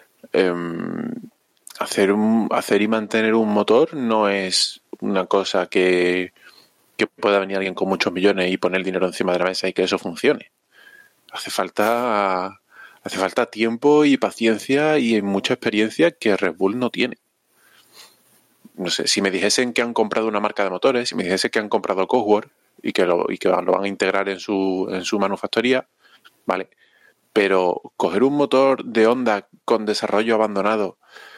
hacer y mantener un motor no es una cosa que pueda venir alguien con muchos millones y poner dinero encima de la mesa y que eso funcione. Hace falta tiempo y paciencia y mucha experiencia que Red Bull no tiene. No sé, si me dijesen que han comprado una marca de motores, si me dijesen que han comprado Cosworth y que lo van a integrar en su manufactoría, vale. Pero coger un motor de Honda con desarrollo abandonado,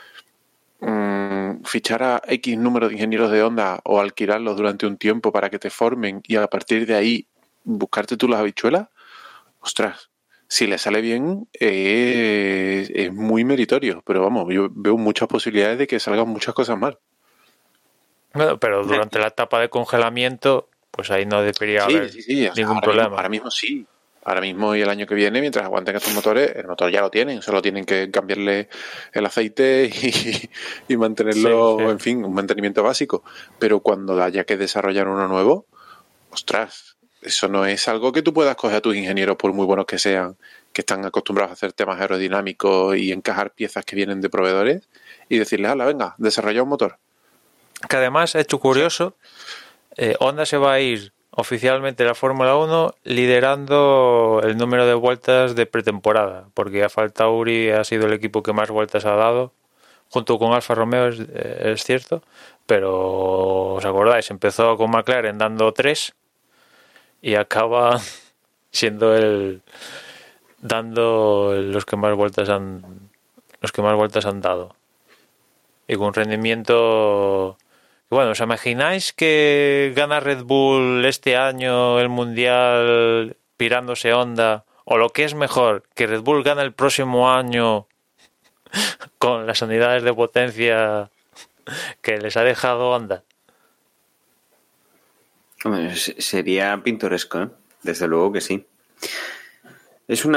fichar a X número de ingenieros de Honda o alquilarlos durante un tiempo para que te formen y a partir de ahí buscarte tú las habichuelas, ostras, si le sale bien es muy meritorio, pero vamos, yo veo muchas posibilidades de que salgan muchas cosas mal. Bueno, pero durante la etapa de congelamiento, pues ahí no debería haber ningún problema. Ahora mismo sí. Ahora mismo y el año que viene, mientras aguanten estos motores, el motor ya lo tienen, solo tienen que cambiarle el aceite y mantenerlo, en fin, un mantenimiento básico. Pero cuando haya que desarrollar uno nuevo, ostras, eso no es algo que tú puedas coger a tus ingenieros, por muy buenos que sean, que están acostumbrados a hacer temas aerodinámicos y encajar piezas que vienen de proveedores, y decirles, hala, venga, desarrolla un motor. Que además, hecho curioso, Honda se va a ir oficialmente la Fórmula 1 liderando el número de vueltas de pretemporada, porque Alfa Tauri ha sido el equipo que más vueltas ha dado, junto con Alfa Romeo, es cierto, pero os acordáis, empezó con McLaren dando 3 y acaba siendo dando los que más vueltas han dado, y con un rendimiento. Bueno, ¿os imagináis que gana Red Bull este año el Mundial pirándose Honda? O lo que es mejor, que Red Bull gana el próximo año con las unidades de potencia que les ha dejado Honda. Sería pintoresco, ¿eh? Desde luego que sí. Es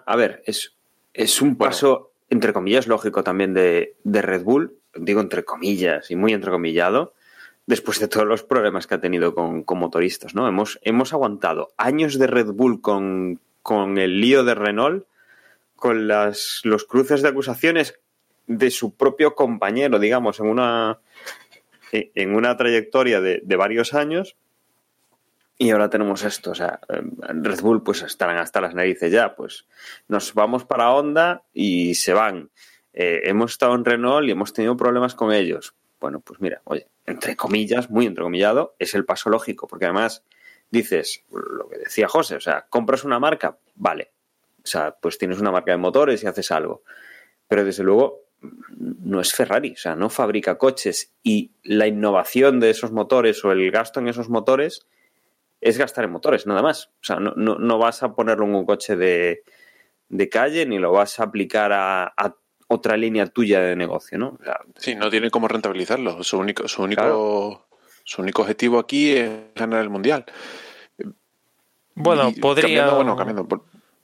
un paso, entre comillas, lógico también de Red Bull, digo entre comillas y muy entrecomillado, después de todos los problemas que ha tenido con motoristas, ¿no? Hemos aguantado años de Red Bull con el lío de Renault, con los cruces de acusaciones de su propio compañero, digamos, en una trayectoria de varios años, y ahora tenemos esto. O sea, Red Bull pues estarán hasta las narices ya, pues nos vamos para Honda y se van. Hemos estado en Renault y hemos tenido problemas con ellos. Bueno, pues mira, oye, entre comillas, muy entrecomillado, es el paso lógico, porque además dices, lo que decía José, o sea, compras una marca, vale, o sea, pues tienes una marca de motores y haces algo, pero desde luego no es Ferrari, o sea, no fabrica coches, y la innovación de esos motores o el gasto en esos motores es gastar en motores, nada más. O sea, no vas a ponerlo en un coche de calle ni lo vas a aplicar a otra línea tuya de negocio, ¿no? O sea, sí, no tiene cómo rentabilizarlo. Su único objetivo aquí es ganar el Mundial. Bueno, podría... Cambiando.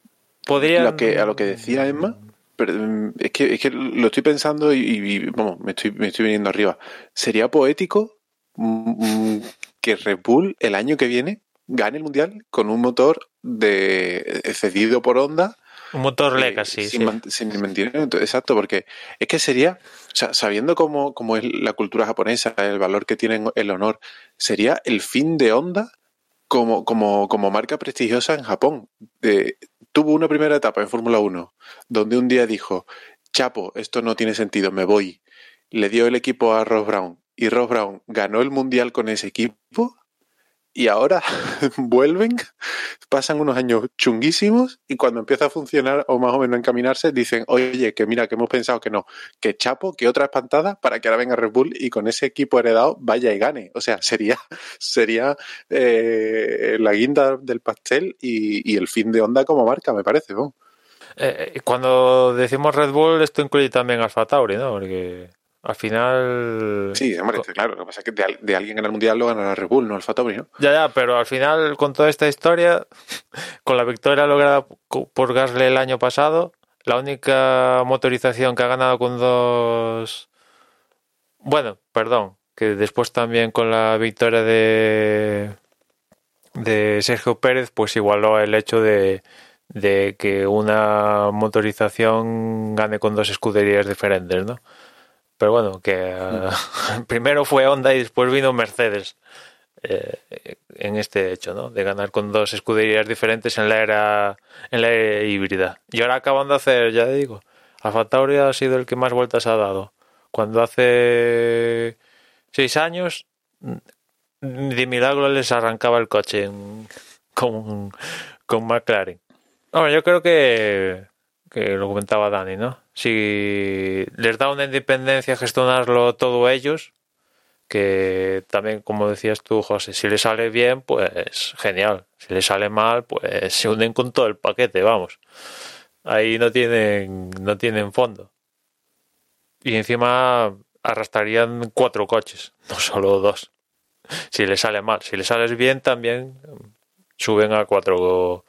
podrían... A lo que decía Emma, pero, es que lo estoy pensando y vamos, me estoy viniendo arriba. Sería poético que Red Bull el año que viene gane el Mundial con un motor cedido por Honda. Un motor Legacy, sin mantenimiento. Exacto, porque es que sería, o sea, sabiendo cómo es la cultura japonesa, el valor que tienen el honor, sería el fin de Honda como marca prestigiosa en Japón. Tuvo una primera etapa en Fórmula 1 donde un día dijo, chapo, esto no tiene sentido, me voy. Le dio el equipo a Ross Brown y Ross Brown ganó el Mundial con ese equipo y ahora vuelven, pasan unos años chunguísimos y cuando empieza a funcionar o más o menos a encaminarse dicen, oye, que mira, que hemos pensado que no, que chapo, que otra espantada para que ahora venga Red Bull y con ese equipo heredado vaya y gane. O sea, sería la guinda del pastel y el fin de Honda como marca, me parece, ¿no? Cuando decimos Red Bull, esto incluye también Alfa Tauri, ¿no? Porque al final... Sí, hombre, claro, lo que pasa es que de alguien ganar el Mundial lo ganará Red Bull, no Alfa Tauri, ¿no? Ya, pero al final, con toda esta historia, con la victoria lograda por Gasly el año pasado, la única motorización que ha ganado con dos... Bueno, perdón, que después también con la victoria de Sergio Pérez, pues igualó el hecho de que una motorización gane con dos escuderías diferentes, ¿no? Pero bueno, que primero fue Honda y después vino Mercedes en este hecho, ¿no? De ganar con dos escuderías diferentes en la era híbrida. Y ahora acaban de hacer, ya digo, Alfa Tauri ha sido el que más vueltas ha dado. Cuando hace 6 años de milagro les arrancaba el coche con McLaren. Bueno, yo creo que lo comentaba Dani, ¿no? Si les da una independencia gestionarlo todo ellos, que también, como decías tú, José, si les sale bien, pues genial. Si les sale mal, pues se unen con todo el paquete, vamos. Ahí no tienen fondo. Y encima arrastrarían 4 coches, no solo 2. Si les sale mal. Si les sales bien, también suben a 4.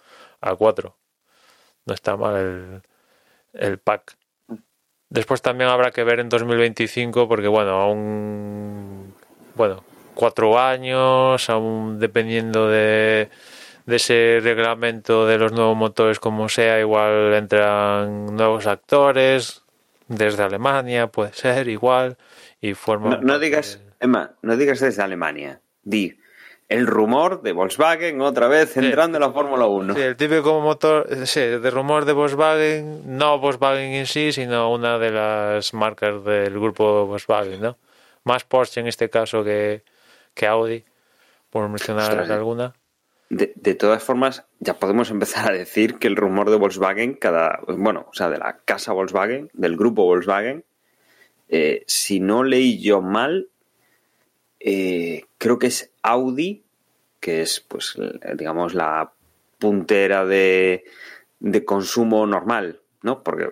No está mal el pack. Después también habrá que ver en 2025 porque aún 4 años, aún dependiendo de ese reglamento de los nuevos motores como sea, igual entran nuevos actores desde Alemania, puede ser igual y forman... No digas, Emma, no digas desde Alemania, di el rumor de Volkswagen otra vez entrando en la Fórmula 1. Sí, el típico motor, de rumor de Volkswagen, no Volkswagen en sí, sino una de las marcas del grupo Volkswagen, ¿no? Más Porsche en este caso que Audi, por mencionar alguna. De todas formas, ya podemos empezar a decir que el rumor de Volkswagen, de la casa Volkswagen, del grupo Volkswagen, si no leí yo mal, creo que es Audi, que es, pues, digamos, la puntera de consumo normal, ¿no? Porque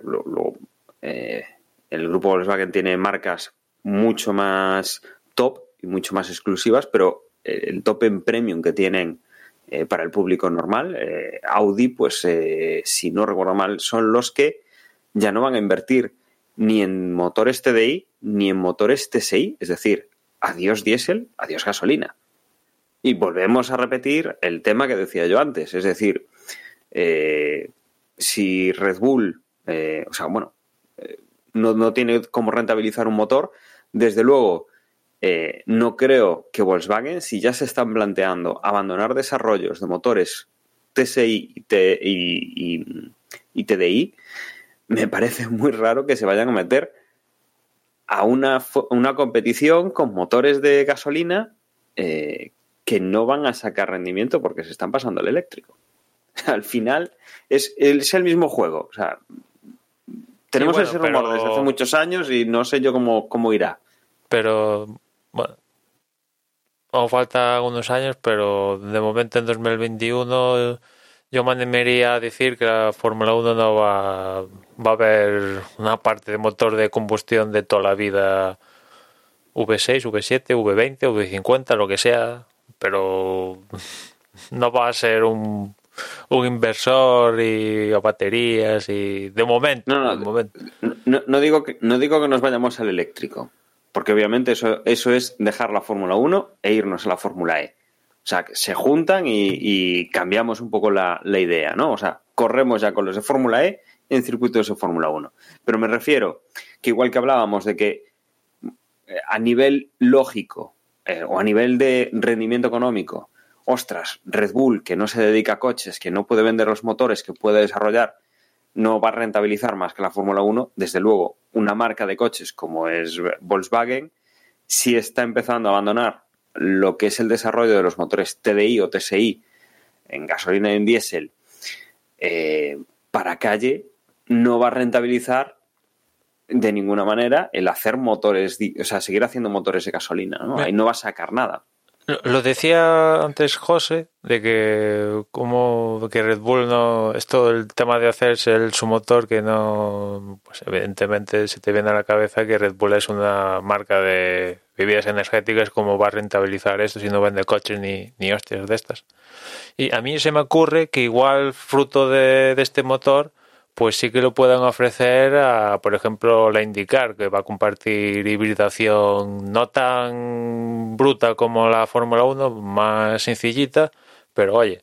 el grupo Volkswagen tiene marcas mucho más top y mucho más exclusivas, pero el top en premium que tienen para el público normal, Audi, pues, si no recuerdo mal, son los que ya no van a invertir ni en motores TDI ni en motores TSI, es decir, adiós diésel, adiós gasolina. Y volvemos a repetir el tema que decía yo antes, es decir, si Red Bull, no tiene cómo rentabilizar un motor, desde luego no creo que Volkswagen, si ya se están planteando abandonar desarrollos de motores TSI y TDI, me parece muy raro que se vayan a meter a una competición con motores de gasolina que no van a sacar rendimiento porque se están pasando al eléctrico. Al final es el mismo juego. O sea, tenemos ese rumor desde hace muchos años y no sé yo cómo irá. Pero, bueno, aún falta unos años, pero de momento en 2021 yo me animaría a decir que la Fórmula 1 no va a haber una parte de motor de combustión de toda la vida, V6, V7, V20, V50, lo que sea, pero no va a ser un un inversor y a baterías y de momento. No digo que nos vayamos al eléctrico, porque obviamente eso es dejar la Fórmula 1 e irnos a la Fórmula E. O sea, que se juntan y cambiamos un poco la idea, ¿no? O sea, corremos ya con los de Fórmula E en circuitos de Fórmula 1. Pero me refiero que igual que hablábamos de que a nivel lógico o a nivel de rendimiento económico, ostras, Red Bull, que no se dedica a coches, que no puede vender los motores que puede desarrollar, no va a rentabilizar más que la Fórmula 1. Desde luego, una marca de coches como es Volkswagen sí está empezando a abandonar lo que es el desarrollo de los motores TDI o TSI en gasolina y en diésel para calle. No va a rentabilizar de ninguna manera el hacer motores, o sea, seguir haciendo motores de gasolina, ¿no? Ahí no va a sacar nada. Lo decía antes José, de que Red Bull no es todo el tema de hacerse su motor, que no, pues evidentemente se te viene a la cabeza que Red Bull es una marca de bebidas energéticas, ¿cómo va a rentabilizar esto si no vende coches ni hostias de estas? Y a mí se me ocurre que igual fruto de este motor, pues sí que lo puedan ofrecer a, por ejemplo, la IndyCar, que va a compartir hibridación no tan bruta como la Fórmula 1, más sencillita, pero oye,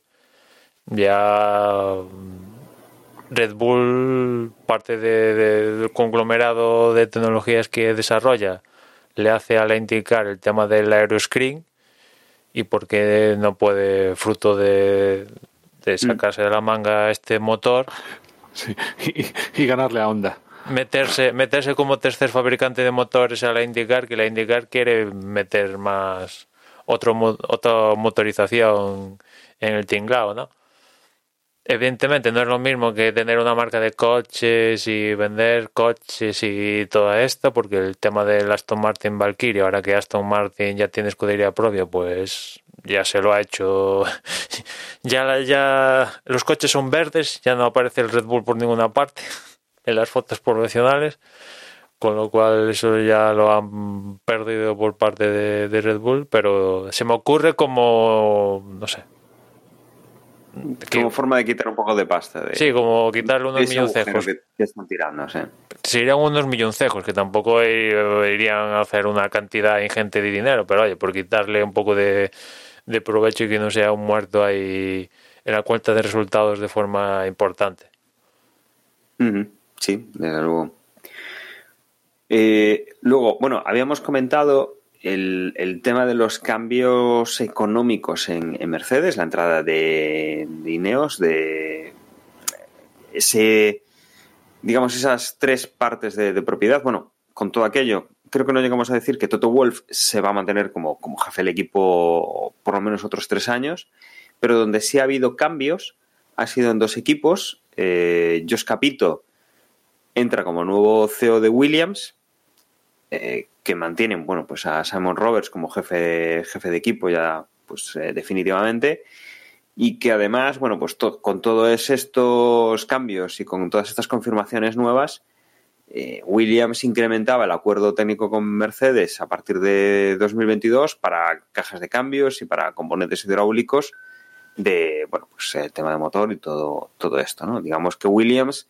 ya Red Bull, parte del conglomerado de tecnologías que desarrolla, le hace a la IndyCar el tema del aeroscreen, y por qué no puede, fruto de sacarse de la manga este motor, sí, y ganarle a Honda. Meterse como tercer fabricante de motores a la IndyCar, que la IndyCar quiere meter más otra motorización en el tinglao, ¿no? Evidentemente no es lo mismo que tener una marca de coches y vender coches y toda esta, porque el tema del Aston Martin Valkyrie, ahora que Aston Martin ya tiene escudería propia, pues ya se lo ha hecho. ya los coches son verdes, ya no aparece el Red Bull por ninguna parte en las fotos promocionales, con lo cual eso ya lo han perdido por parte de Red Bull, pero se me ocurre como, no sé, como forma de quitar un poco de pasta. Sí, como quitarle unos milloncejos. Que están tirando, sí. Serían unos milloncejos, que tampoco irían a hacer una cantidad ingente de dinero, pero oye, por quitarle un poco de provecho y que no sea un muerto ahí en la cuenta de resultados de forma importante. Sí, desde luego. Luego, bueno, habíamos comentado el tema de los cambios económicos en Mercedes, la entrada de Ineos, de digamos, esas tres partes de propiedad. Bueno, con todo aquello, creo que no llegamos a decir que Toto Wolff se va a mantener como jefe del equipo por lo menos otros 3 años, pero donde sí ha habido cambios ha sido en 2 equipos. Josh Capito entra como nuevo CEO de Williams, que mantienen, bueno, pues a Simon Roberts como jefe de equipo ya, pues definitivamente, y que además, bueno, pues con todos estos cambios y con todas estas confirmaciones nuevas, Williams incrementaba el acuerdo técnico con Mercedes a partir de 2022 para cajas de cambios y para componentes hidráulicos de, bueno, pues el tema de motor y todo esto, ¿no? Digamos que Williams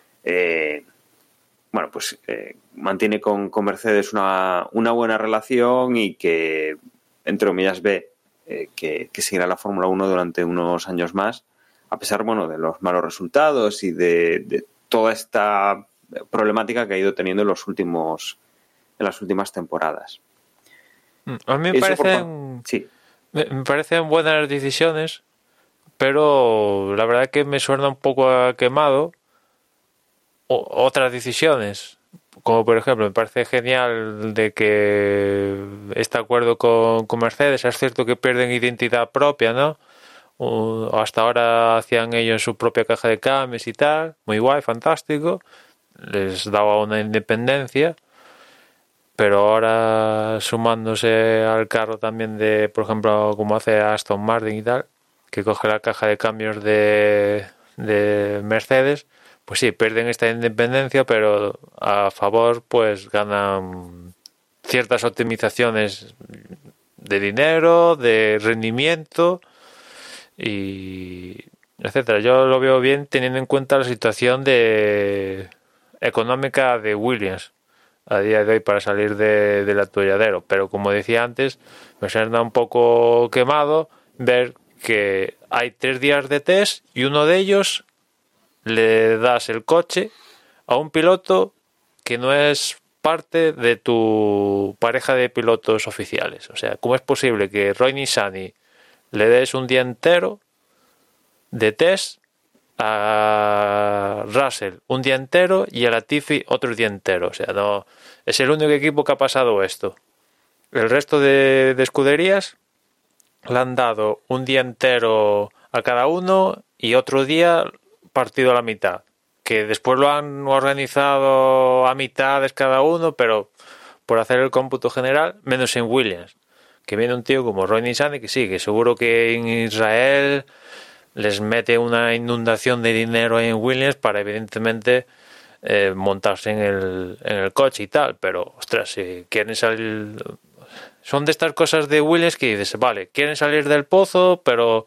bueno, pues mantiene con Mercedes una buena relación y que, entre comillas, ve que seguirá la Fórmula 1 durante unos años más, a pesar, bueno, de los malos resultados y de toda esta problemática que ha ido teniendo en las últimas temporadas. A mí me parecen buenas decisiones, pero la verdad que me suena un poco a quemado otras decisiones, como por ejemplo me parece genial de que este acuerdo con Mercedes. Es cierto que pierden identidad propia, ¿no? Hasta ahora hacían ellos su propia caja de cambios y tal, muy guay, fantástico, les daba una independencia, pero ahora sumándose al carro también de, por ejemplo, como hace Aston Martin y tal, que coge la caja de cambios de Mercedes, pues sí, pierden esta independencia, pero a favor pues ganan ciertas optimizaciones de dinero, de rendimiento, y etcétera. Yo lo veo bien teniendo en cuenta la situación económica de Williams a día de hoy para salir del atolladero. Pero como decía antes, me suena un poco quemado ver que hay 3 días de test y uno de ellos le das el coche a un piloto que no es parte de tu pareja de pilotos oficiales. O sea, ¿cómo es posible que Roy Nissany le des un día entero de test, a Russell un día entero y a Latifi otro día entero? O sea, no es el único equipo que ha pasado esto. El resto de escuderías le han dado un día entero a cada uno y otro día partido a la mitad, que después lo han organizado a mitades cada uno, pero por hacer el cómputo general, menos en Williams, que viene un tío como Roy Nissany, que sí, que seguro que en Israel les mete una inundación de dinero en Williams para evidentemente montarse en el coche y tal, pero ostras, si quieren salir, son de estas cosas de Williams que dices, vale, quieren salir del pozo, pero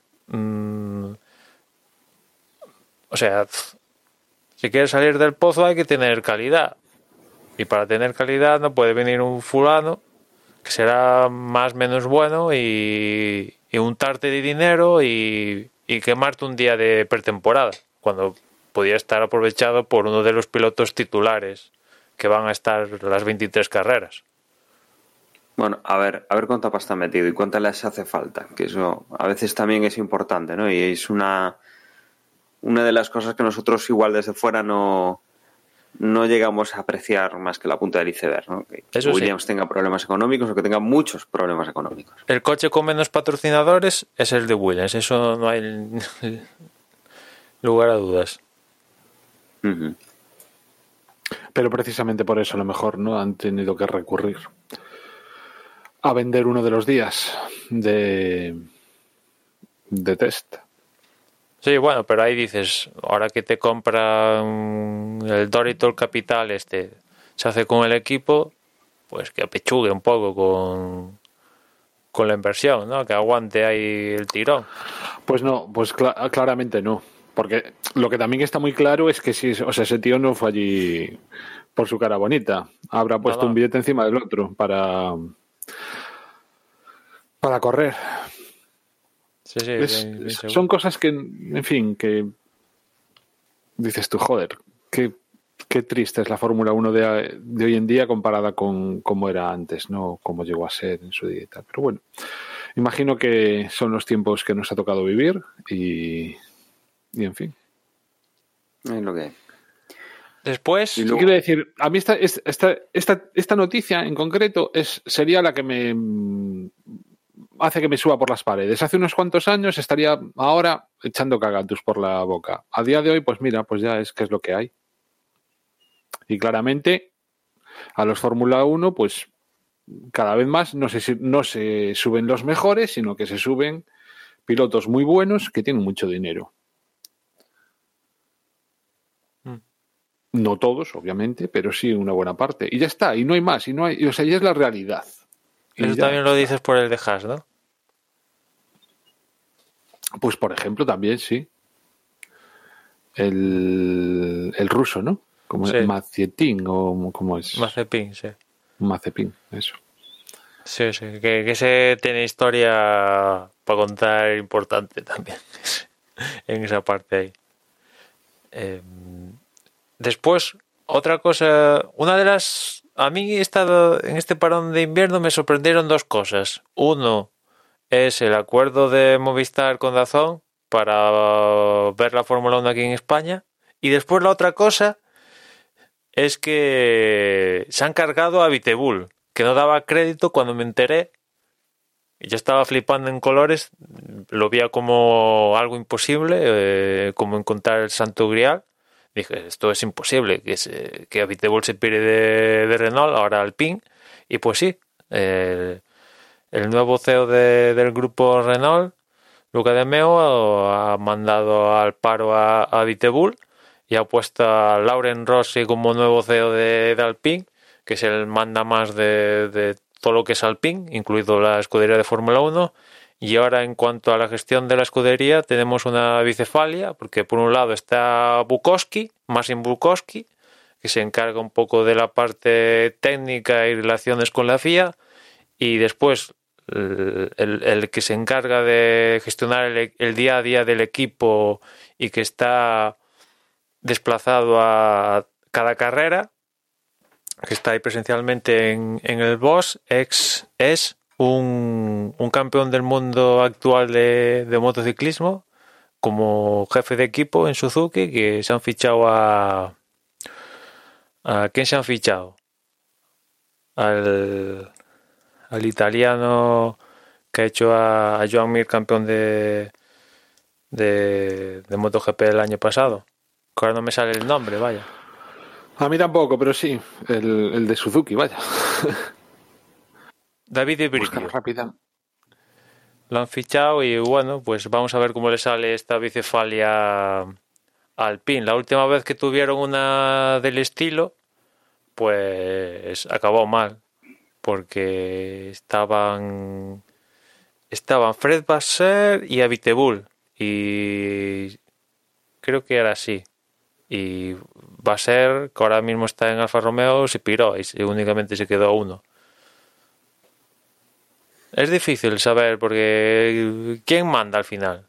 o sea, si quieres salir del pozo hay que tener calidad, y para tener calidad no puede venir un fulano que será más o menos bueno y untarte de dinero y quemarte un día de pretemporada, cuando podía estar aprovechado por uno de los pilotos titulares que van a estar las 23 carreras. Bueno, a ver cuánta pasta ha metido y cuánta les hace falta, que eso a veces también es importante, ¿no? Y es una de las cosas que nosotros igual desde fuera no llegamos a apreciar más que la punta del iceberg, ¿no? Que Eso Williams sí, tenga problemas económicos o que tenga muchos problemas económicos. el coche con menos patrocinadores es el de Williams, eso no hay lugar a dudas. Uh-huh. Pero precisamente por eso a lo mejor no han tenido que recurrir a vender uno de los días de test. Sí, bueno, pero ahí dices, ahora que te compra el Doritol Capital se hace con el equipo, pues que apechugue un poco con la inversión, ¿no? Que aguante ahí el tirón. Pues no, pues claramente no. Porque lo que también está muy claro es que ese tío no fue allí por su cara bonita. Habrá puesto un billete encima del otro para correr. Sí, son cosas que, en fin, que dices tú, joder, qué triste es la Fórmula 1 de hoy en día comparada con cómo era antes, no como llegó a ser en su día y tal. Pero bueno, imagino que son los tiempos que nos ha tocado vivir y en fin. Es lo que hay. Después, quiero decir, a mí esta noticia en concreto sería la que me hace que me suba por las paredes. Hace unos cuantos años estaría ahora echando cagatus por la boca. A día de hoy, pues mira, pues ya es que es lo que hay. Y claramente a los Fórmula 1, pues cada vez más no se suben los mejores, sino que se suben pilotos muy buenos que tienen mucho dinero. No todos, obviamente, pero sí una buena parte. Y ya está, y no hay más, o sea, ya es la realidad. Eso también lo dices por el de Haas, ¿no? Pues por ejemplo, también sí. El ruso, ¿no? Como sí. Mazepin o ¿cómo es? Mazepin, sí. Mazepin, eso. Sí, que se tiene historia para contar importante también en esa parte ahí. Después, otra cosa, a mí en este parón de invierno me sorprendieron 2 cosas. Uno es el acuerdo de Movistar con DAZN para ver la Fórmula 1 aquí en España, y después la otra cosa es que se han cargado a Vitebull, que no daba crédito cuando me enteré. Yo estaba flipando en colores, lo veía como algo imposible, como encontrar el Santo Grial. Dije, esto es imposible, que Vitebull se pire de Renault, ahora Alpine. Y pues sí, el nuevo CEO del grupo Renault, Luca De Meo, ha mandado al paro a Vitebull y ha puesto a Lauren Rossi como nuevo CEO de Alpine, que es el manda más de todo lo que es Alpine, incluido la escudería de Fórmula 1, Y ahora, en cuanto a la gestión de la escudería, tenemos una bicefalia, porque por un lado está Bukowski, Masim Bukowski, que se encarga un poco de la parte técnica y relaciones con la FIA, y después el que se encarga de gestionar el día a día del equipo y que está desplazado a cada carrera, que está ahí presencialmente en el box, es un campeón del mundo actual de motociclismo como jefe de equipo en Suzuki, que se han fichado ¿a quién se han fichado? Al italiano que ha hecho a Joan Mir campeón de MotoGP el año pasado. Ahora no me sale el nombre, vaya. A mí tampoco, pero sí, el de Suzuki, vaya. David Brivio. Lo han fichado y bueno, pues vamos a ver cómo le sale esta bicefalia a Alpine. La última vez que tuvieron una del estilo, pues acabó mal, porque estaban Fred Vasseur y Abiteboul, y creo que era así. Y Vasseur, que ahora mismo está en Alfa Romeo, se piró y únicamente se quedó uno. Es difícil saber, porque ¿quién manda al final?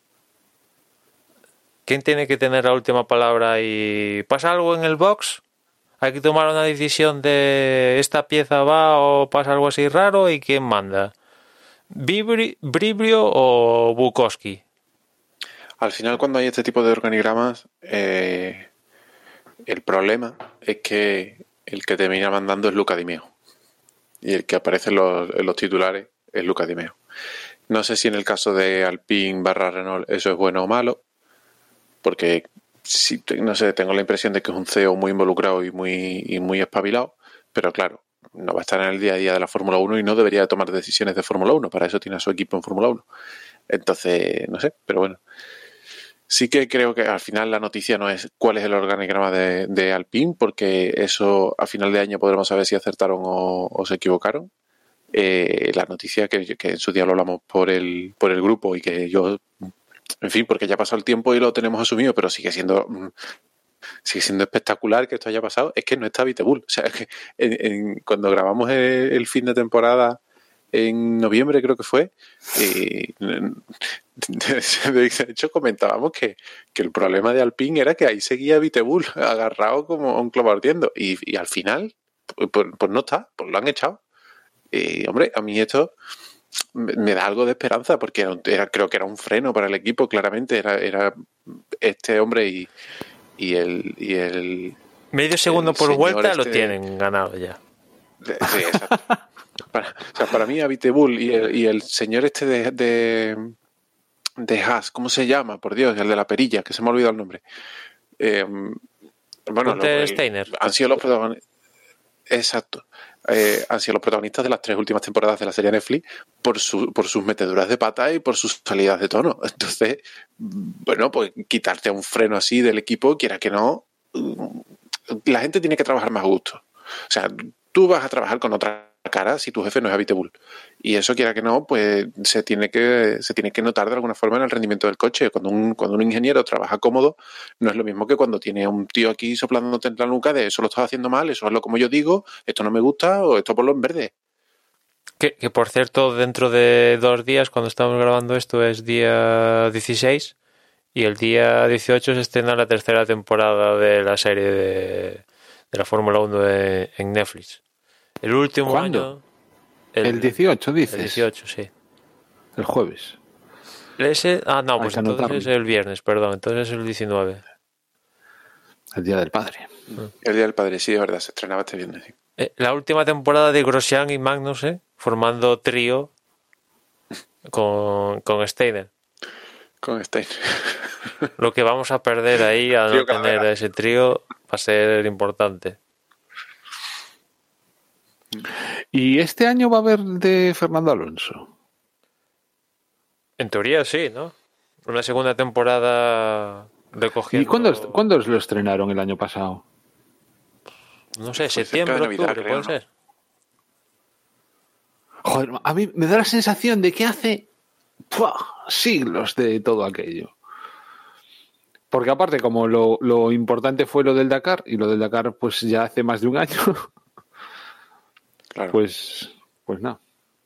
¿Quién tiene que tener la última palabra? ¿Y pasa algo en el box? ¿Hay que tomar una decisión de esta pieza va o pasa algo así raro? ¿Y quién manda? ¿Brivio o Bukowski? Al final, cuando hay este tipo de organigramas, el problema es que el que termina mandando es Luca Di Meo. Y el que aparece en los titulares es Luca Di Meo. No sé si en el caso de Alpine / Renault eso es bueno o malo, porque no sé, tengo la impresión de que es un CEO muy involucrado y muy espabilado, pero claro, no va a estar en el día a día de la Fórmula 1 y no debería tomar decisiones de Fórmula 1, para eso tiene a su equipo en Fórmula 1. Entonces, no sé, pero bueno. Sí que creo que al final la noticia no es cuál es el organigrama de Alpine, porque eso a final de año podremos saber si acertaron o se equivocaron. La noticia que en su día lo hablamos por el grupo y que yo, en fin, porque ya ha pasado el tiempo y lo tenemos asumido, pero sigue siendo espectacular que esto haya pasado, es que no está Abiteboul. O sea, es que cuando grabamos el fin de temporada en noviembre, creo que fue, de hecho comentábamos que el problema de Alpine era que ahí seguía Abiteboul agarrado como un clavo ardiendo y al final pues no está, pues lo han echado. Hombre, a mí esto me da algo de esperanza, porque creo que era un freno para el equipo, claramente era este hombre y el medio segundo por vuelta lo tienen ganado ya. Sí, exacto. Para mí Abiteboul y el señor este de Haas, ¿cómo se llama? Por Dios, el de la perilla, que se me ha olvidado el nombre. Bueno, Steiner. Han sido los protagonistas. Exacto. Han sido los protagonistas de las 3 últimas temporadas de la serie Netflix por sus meteduras de pata y por sus salidas de tono. Entonces, bueno, pues quitarte un freno así del equipo, quiera que no, la gente tiene que trabajar más a gusto. O sea, tú vas a trabajar con otra cara si tu jefe no es Abiteboul. Y eso, quiera que no, pues se tiene que notar de alguna forma en el rendimiento del coche. Cuando un ingeniero trabaja cómodo, no es lo mismo que cuando tiene un tío aquí soplándote en la nuca de eso lo estás haciendo mal, eso hazlo como yo digo, esto no me gusta o esto ponlo en verde. Que por cierto, dentro de 2 días, cuando estamos grabando esto, es día 16 y el día 18 se estrena la 3ª temporada de la serie de la Fórmula 1 en Netflix. El último ¿Cuándo? año... El 18, dices. El 18, sí. El jueves. Pues entonces es el viernes, perdón. Entonces es el 19. El Día del Padre. El Día del Padre, sí, de verdad, se estrenaba este viernes. Sí. La última temporada de Grosjean y Magnussen formando trío con Steiner. Con Steiner. Lo que vamos a perder ahí al no tener ese trío va a ser importante. ¿Y este año va a haber de Fernando Alonso? En teoría sí, ¿no? Una segunda temporada recogiendo... ¿Y cuándo lo estrenaron el año pasado? No sé, septiembre, Navidad, octubre, puede ser. Joder, a mí me da la sensación de que hace siglos de todo aquello. Porque aparte, como lo importante fue lo del Dakar, y lo del Dakar pues ya hace más de un año, Claro. pues nada.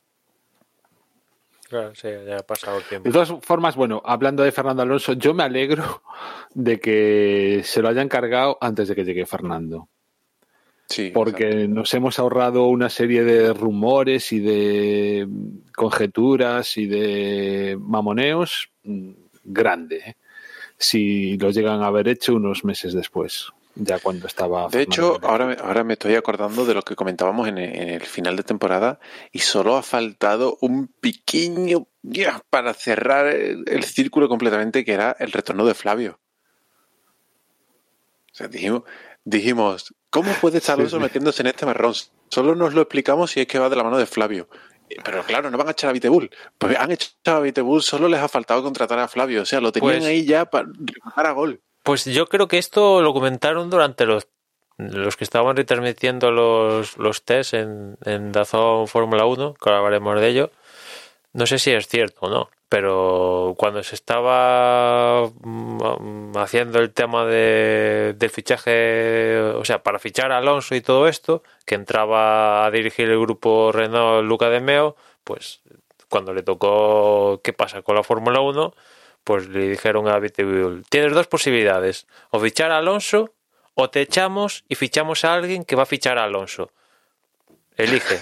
Claro, sí, ya ha pasado el tiempo. De todas formas, bueno, hablando de Fernando Alonso, yo me alegro de que se lo hayan cargado antes de que llegue Fernando. Sí, Porque exacto. nos hemos ahorrado una serie de rumores y de conjeturas y de mamoneos grande, ¿eh? Si lo llegan a haber hecho unos meses después, ya cuando estaba De hecho, Fernando. ahora me estoy acordando de lo que comentábamos en el final de temporada y solo ha faltado un pequeño para cerrar el círculo completamente, que era el retorno de Flavio. O sea, dijimos, ¿cómo puede estar Alonso metiéndose en este marrón? Solo nos lo explicamos si es que va de la mano de Flavio. Pero claro, no van a echar a Vitebull. Pues han echado a Vitebull, solo les ha faltado contratar a Flavio. O sea, lo tenían Pues- ahí ya para rematar a gol. Pues yo creo que esto lo comentaron durante los que estaban retransmitiendo los tests en DAZN Fórmula 1, que ahora hablaremos de ello. No sé si es cierto o no, pero cuando se estaba haciendo el tema del fichaje, o sea, para fichar a Alonso y todo esto, que entraba a dirigir el grupo Renault Luca de Meo, pues cuando le tocó qué pasa con la Fórmula 1, pues le dijeron a Vitebull, tienes dos posibilidades, o fichar a Alonso o te echamos y fichamos a alguien que va a fichar a Alonso. Elige.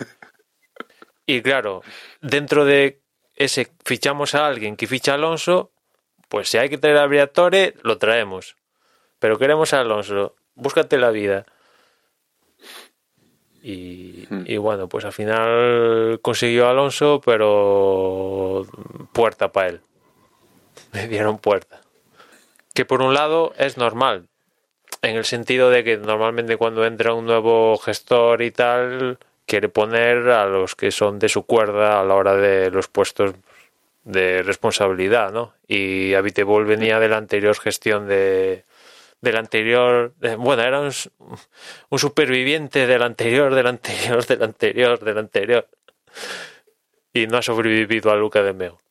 Y claro, dentro de ese fichamos a alguien que ficha a Alonso, pues si hay que traer a Briatore, lo traemos. Pero queremos a Alonso, búscate la vida. Y bueno, pues al final consiguió a Alonso, pero puerta para él. Le dieron puerta. Que por un lado es normal, en el sentido de que normalmente cuando entra un nuevo gestor y tal, quiere poner a los que son de su cuerda a la hora de los puestos de responsabilidad, ¿no? Y a Vitebull venía de la anterior gestión del anterior, bueno, era un superviviente del anterior, y no ha sobrevivido a Luca de Meo.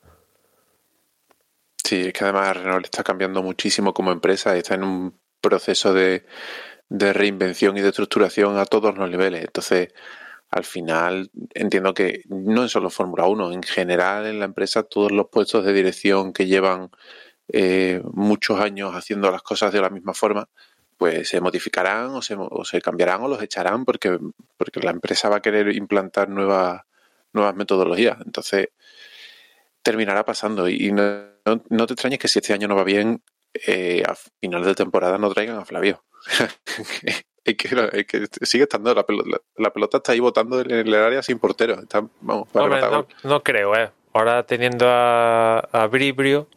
Sí, es que además Renault está cambiando muchísimo como empresa y está en un proceso de reinvención y de estructuración a todos los niveles. Entonces, al final, entiendo que no es solo Fórmula 1, en general en la empresa todos los puestos de dirección que llevan muchos años haciendo las cosas de la misma forma, pues se modificarán o se cambiarán o los echarán porque la empresa va a querer implantar nuevas metodologías. Entonces, terminará pasando y no te extrañes que si este año no va bien, a finales de temporada no traigan a Flavio. es que sigue estando la pelota está ahí botando en el área sin portero. Está, vamos, para Hombre, no creo, ¿eh? Ahora teniendo a Bribrio,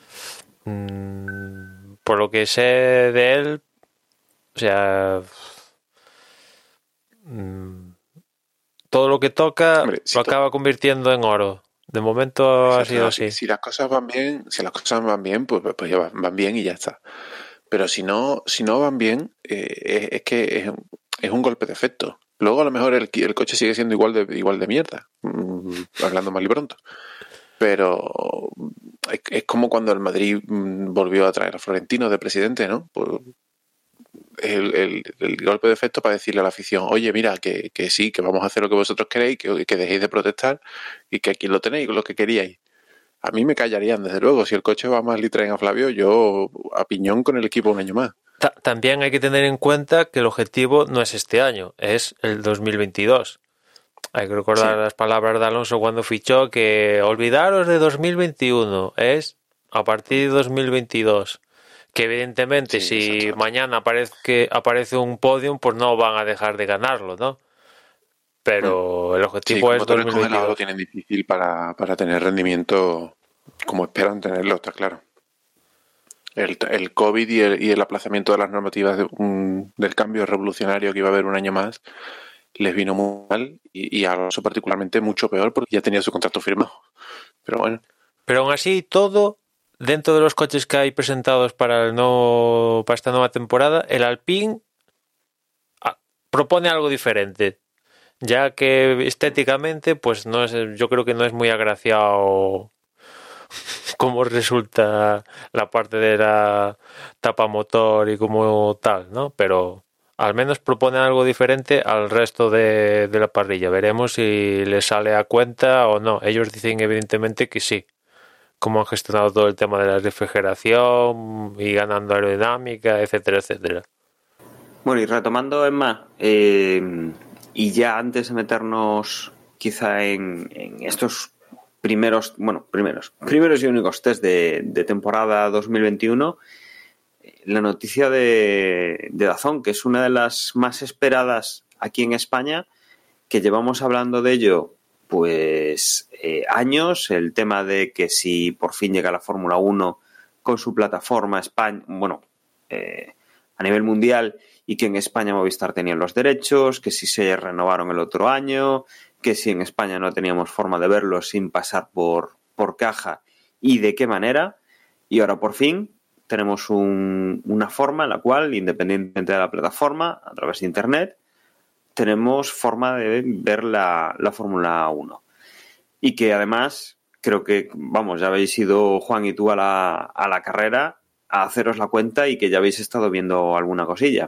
por lo que sé de él, o sea, todo lo que toca, hombre, si lo acaba convirtiendo en oro. De momento ha sido así. Si las cosas van bien, pues ya van bien y ya está. Pero si no van bien, es que es un golpe de efecto. Luego a lo mejor el coche sigue siendo igual de mierda, hablando mal y pronto. Pero es como cuando el Madrid volvió a traer a Florentino de presidente, ¿no? Pues el golpe de efecto para decirle a la afición, oye, mira, que sí, que vamos a hacer lo que vosotros queréis, que dejéis de protestar y que aquí lo tenéis, lo que queríais. A mí me callarían, desde luego. Si el coche va mal y traen a Flavio, yo a piñón con el equipo un año más. También hay que tener en cuenta que el objetivo no es este año, es el 2022. Hay que recordar las palabras de Alonso cuando fichó, que olvidaros de 2021, es a partir de 2022. Que evidentemente si mañana aparece un podium, pues no van a dejar de ganarlo, ¿no? Pero el objetivo es 2022. Lo tienen difícil para tener rendimiento como esperan tenerlo, está claro. El COVID y el aplazamiento de las normativas del cambio revolucionario que iba a haber un año más les vino muy mal y a Alonso particularmente mucho peor porque ya tenía su contrato firmado. Pero bueno. Pero aún así todo, dentro de los coches que hay presentados para esta nueva temporada, el Alpine propone algo diferente. ya que estéticamente, pues no es, yo creo que no es muy agraciado cómo resulta la parte de la tapa motor y como tal, ¿no? Pero al menos proponen algo diferente al resto de la parrilla. Veremos si les sale a cuenta o no. Ellos dicen evidentemente que sí. Cómo han gestionado todo el tema de la refrigeración y ganando aerodinámica, etcétera, etcétera. Bueno, y retomando, Emma, y ya antes de meternos quizá en estos primeros y únicos test de temporada 2021, la noticia de DAZN, que es una de las más esperadas aquí en España, que llevamos hablando de ello pues años, el tema de que si por fin llega la Fórmula 1 con su plataforma España, a nivel mundial, y que en España Movistar tenían los derechos, que si se renovaron el otro año, que si en España no teníamos forma de verlo sin pasar por caja y de qué manera. Y ahora por fin tenemos una forma en la cual, independientemente de la plataforma, a través de Internet, tenemos forma de ver la Fórmula 1. Y que además, creo que, ya habéis ido, Juan y tú, a la carrera a haceros la cuenta y que ya habéis estado viendo alguna cosilla.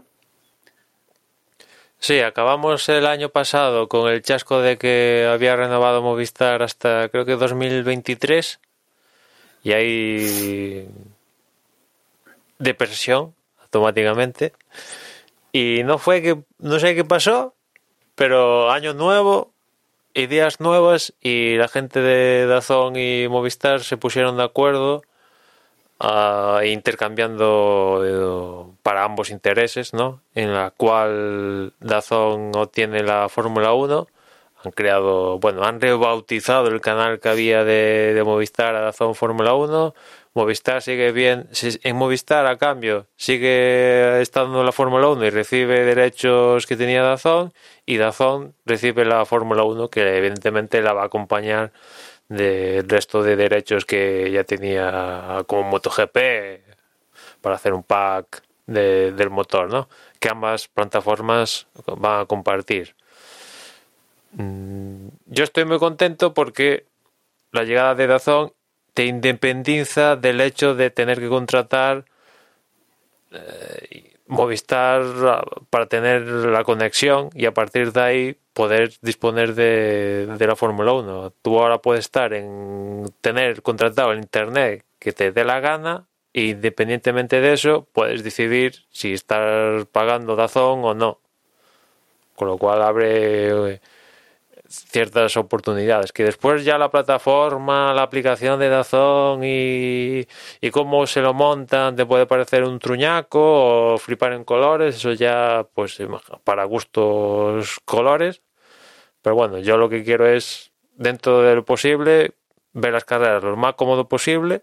Sí, acabamos el año pasado con el chasco de que había renovado Movistar hasta creo que 2023 y hay depresión automáticamente y no sé qué pasó, pero año nuevo, ideas nuevas y la gente de DAZN y Movistar se pusieron de acuerdo intercambiando para ambos intereses, ¿no? En la cual DAZN obtiene la Fórmula 1, han rebautizado el canal que había de Movistar a DAZN Fórmula 1. Movistar sigue bien, en Movistar a cambio sigue estando la Fórmula 1 y recibe derechos que tenía DAZN, y DAZN recibe la Fórmula 1 que evidentemente la va a acompañar del resto de derechos que ya tenía como MotoGP para hacer un pack del motor, ¿no? Que ambas plataformas van a compartir. Yo estoy muy contento porque la llegada de DAZN te independiza del hecho de tener que contratar Movistar para tener la conexión y a partir de ahí poder disponer de la Fórmula 1. Tú ahora puedes tener contratado el internet que te dé la gana e independientemente de eso puedes decidir si estás pagando DAZN o no. Con lo cual abre ciertas oportunidades que después ya la plataforma, la aplicación de DAZN y cómo se lo montan te puede parecer un truñaco o flipar en colores, eso ya pues para gustos colores, pero bueno, yo lo que quiero es dentro de lo posible ver las carreras lo más cómodo posible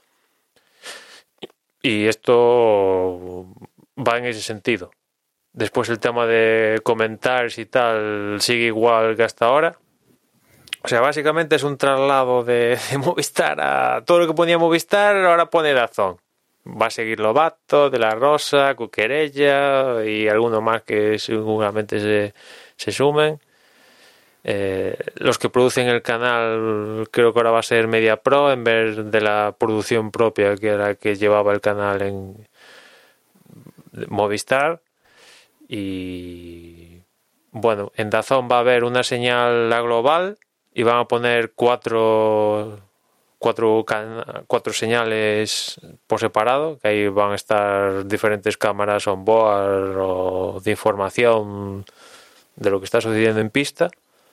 y esto va en ese sentido. Después el tema de comentarios y tal sigue igual que hasta ahora. O sea, básicamente es un traslado de Movistar a todo lo que ponía Movistar, ahora pone DAZN. Va a seguir Lobato, De La Rosa, Cuquerella y algunos más que seguramente se sumen. Los que producen el canal creo que ahora va a ser Media Pro en vez de la producción propia que era que llevaba el canal en Movistar. Y bueno, en DAZN va a haber una señal global y van a poner cuatro señales por separado, que ahí van a estar diferentes cámaras on board o de información de lo que está sucediendo en pista.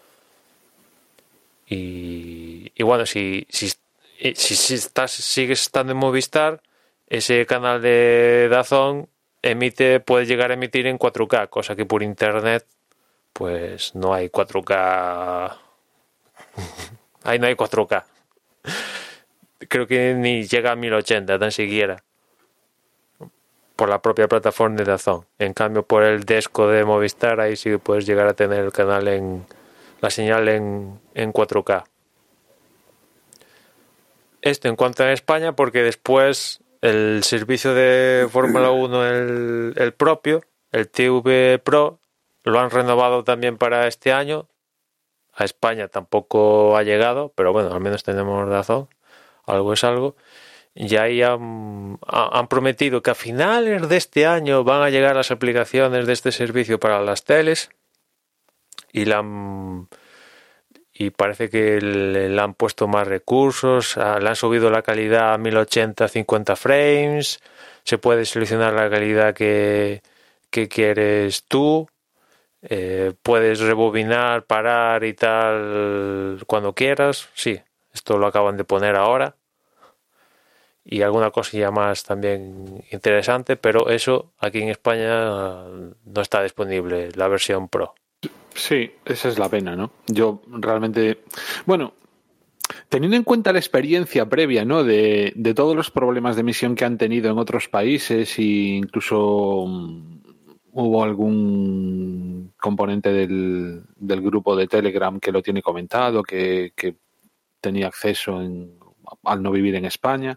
Y bueno, si sigues estando en Movistar, ese canal de DAZN puede llegar a emitir en 4K, cosa que por internet pues no hay 4K. Ahí no hay 4K. Creo que ni llega a 1080 tan siquiera por la propia plataforma de DAZN. En cambio por el Desco de Movistar ahí sí que puedes llegar a tener el canal la señal en 4K. Esto en cuanto a España, porque después el servicio de Fórmula 1, el propio, el TV Pro, lo han renovado también para este año, a España tampoco ha llegado, pero bueno, al menos tenemos razón, algo es algo. Y ahí han prometido que a finales de este año van a llegar las aplicaciones de este servicio para las teles y parece que le han puesto más recursos, le han subido la calidad a 1080 50 frames, se puede seleccionar la calidad que quieres tú, puedes rebobinar, parar y tal cuando quieras. Sí, esto lo acaban de poner ahora. Y alguna cosilla más también interesante, pero eso aquí en España no está disponible, la versión Pro. Sí, esa es la pena, ¿no? Yo realmente, bueno, teniendo en cuenta la experiencia previa, ¿no? De todos los problemas de emisión que han tenido en otros países e incluso hubo algún componente del grupo de Telegram que lo tiene comentado, que tenía acceso al no vivir en España.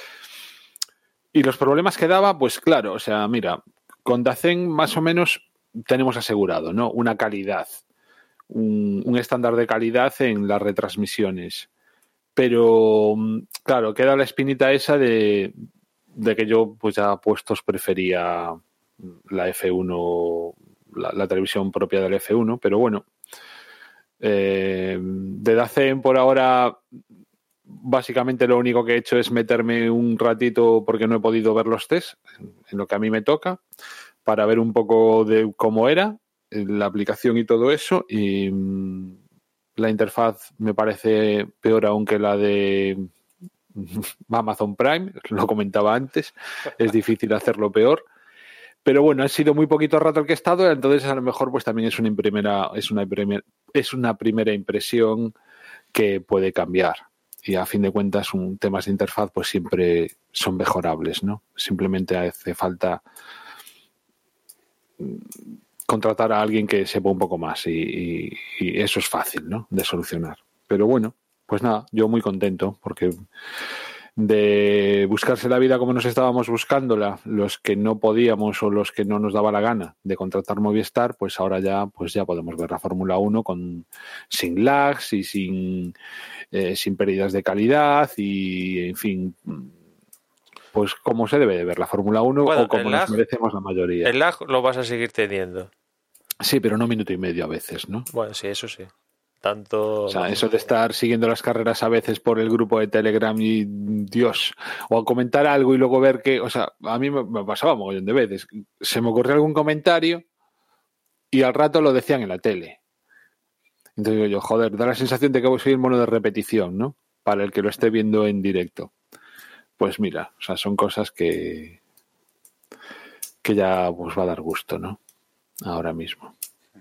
Y los problemas que daba, pues claro, o sea, mira, con Dazn más o menos tenemos asegurado, ¿no? Una calidad, un estándar de calidad en las retransmisiones. Pero, claro, queda la espinita esa de que yo, pues ya puestos, prefería la F1, la televisión propia del F1, pero bueno, de Dazn por ahora básicamente lo único que he hecho es meterme un ratito porque no he podido ver los tests en lo que a mí me toca para ver un poco de cómo era la aplicación y todo eso, y la interfaz me parece peor aún que la de Amazon Prime, lo comentaba antes, es difícil hacerlo peor. Pero bueno, ha sido muy poquito rato el que he estado, entonces a lo mejor pues también es una primera impresión que puede cambiar. Y a fin de cuentas, temas de interfaz pues siempre son mejorables, ¿no? Simplemente hace falta contratar a alguien que sepa un poco más y eso es fácil, ¿no? De solucionar. Pero bueno, pues nada, yo muy contento porque de buscarse la vida como nos estábamos buscándola, los que no podíamos o los que no nos daba la gana de contratar Movistar, pues ahora ya podemos ver la Fórmula 1 sin lags y sin pérdidas de calidad y, en fin, pues como se debe de ver la Fórmula 1, bueno, o como nos merecemos la mayoría. El lag lo vas a seguir teniendo. Sí, pero no 1 minuto y medio a veces, ¿no? Bueno, sí, eso sí. Tanto... O sea, eso de estar siguiendo las carreras a veces por el grupo de Telegram y Dios, o comentar algo y luego ver que, o sea, a mí me pasaba un mogollón de veces. Se me ocurrió algún comentario y al rato lo decían en la tele. Entonces digo yo, joder, da la sensación de que soy el mono de repetición, ¿no? Para el que lo esté viendo en directo. Pues mira, o sea, son cosas que ya pues va a dar gusto, ¿no? Ahora mismo.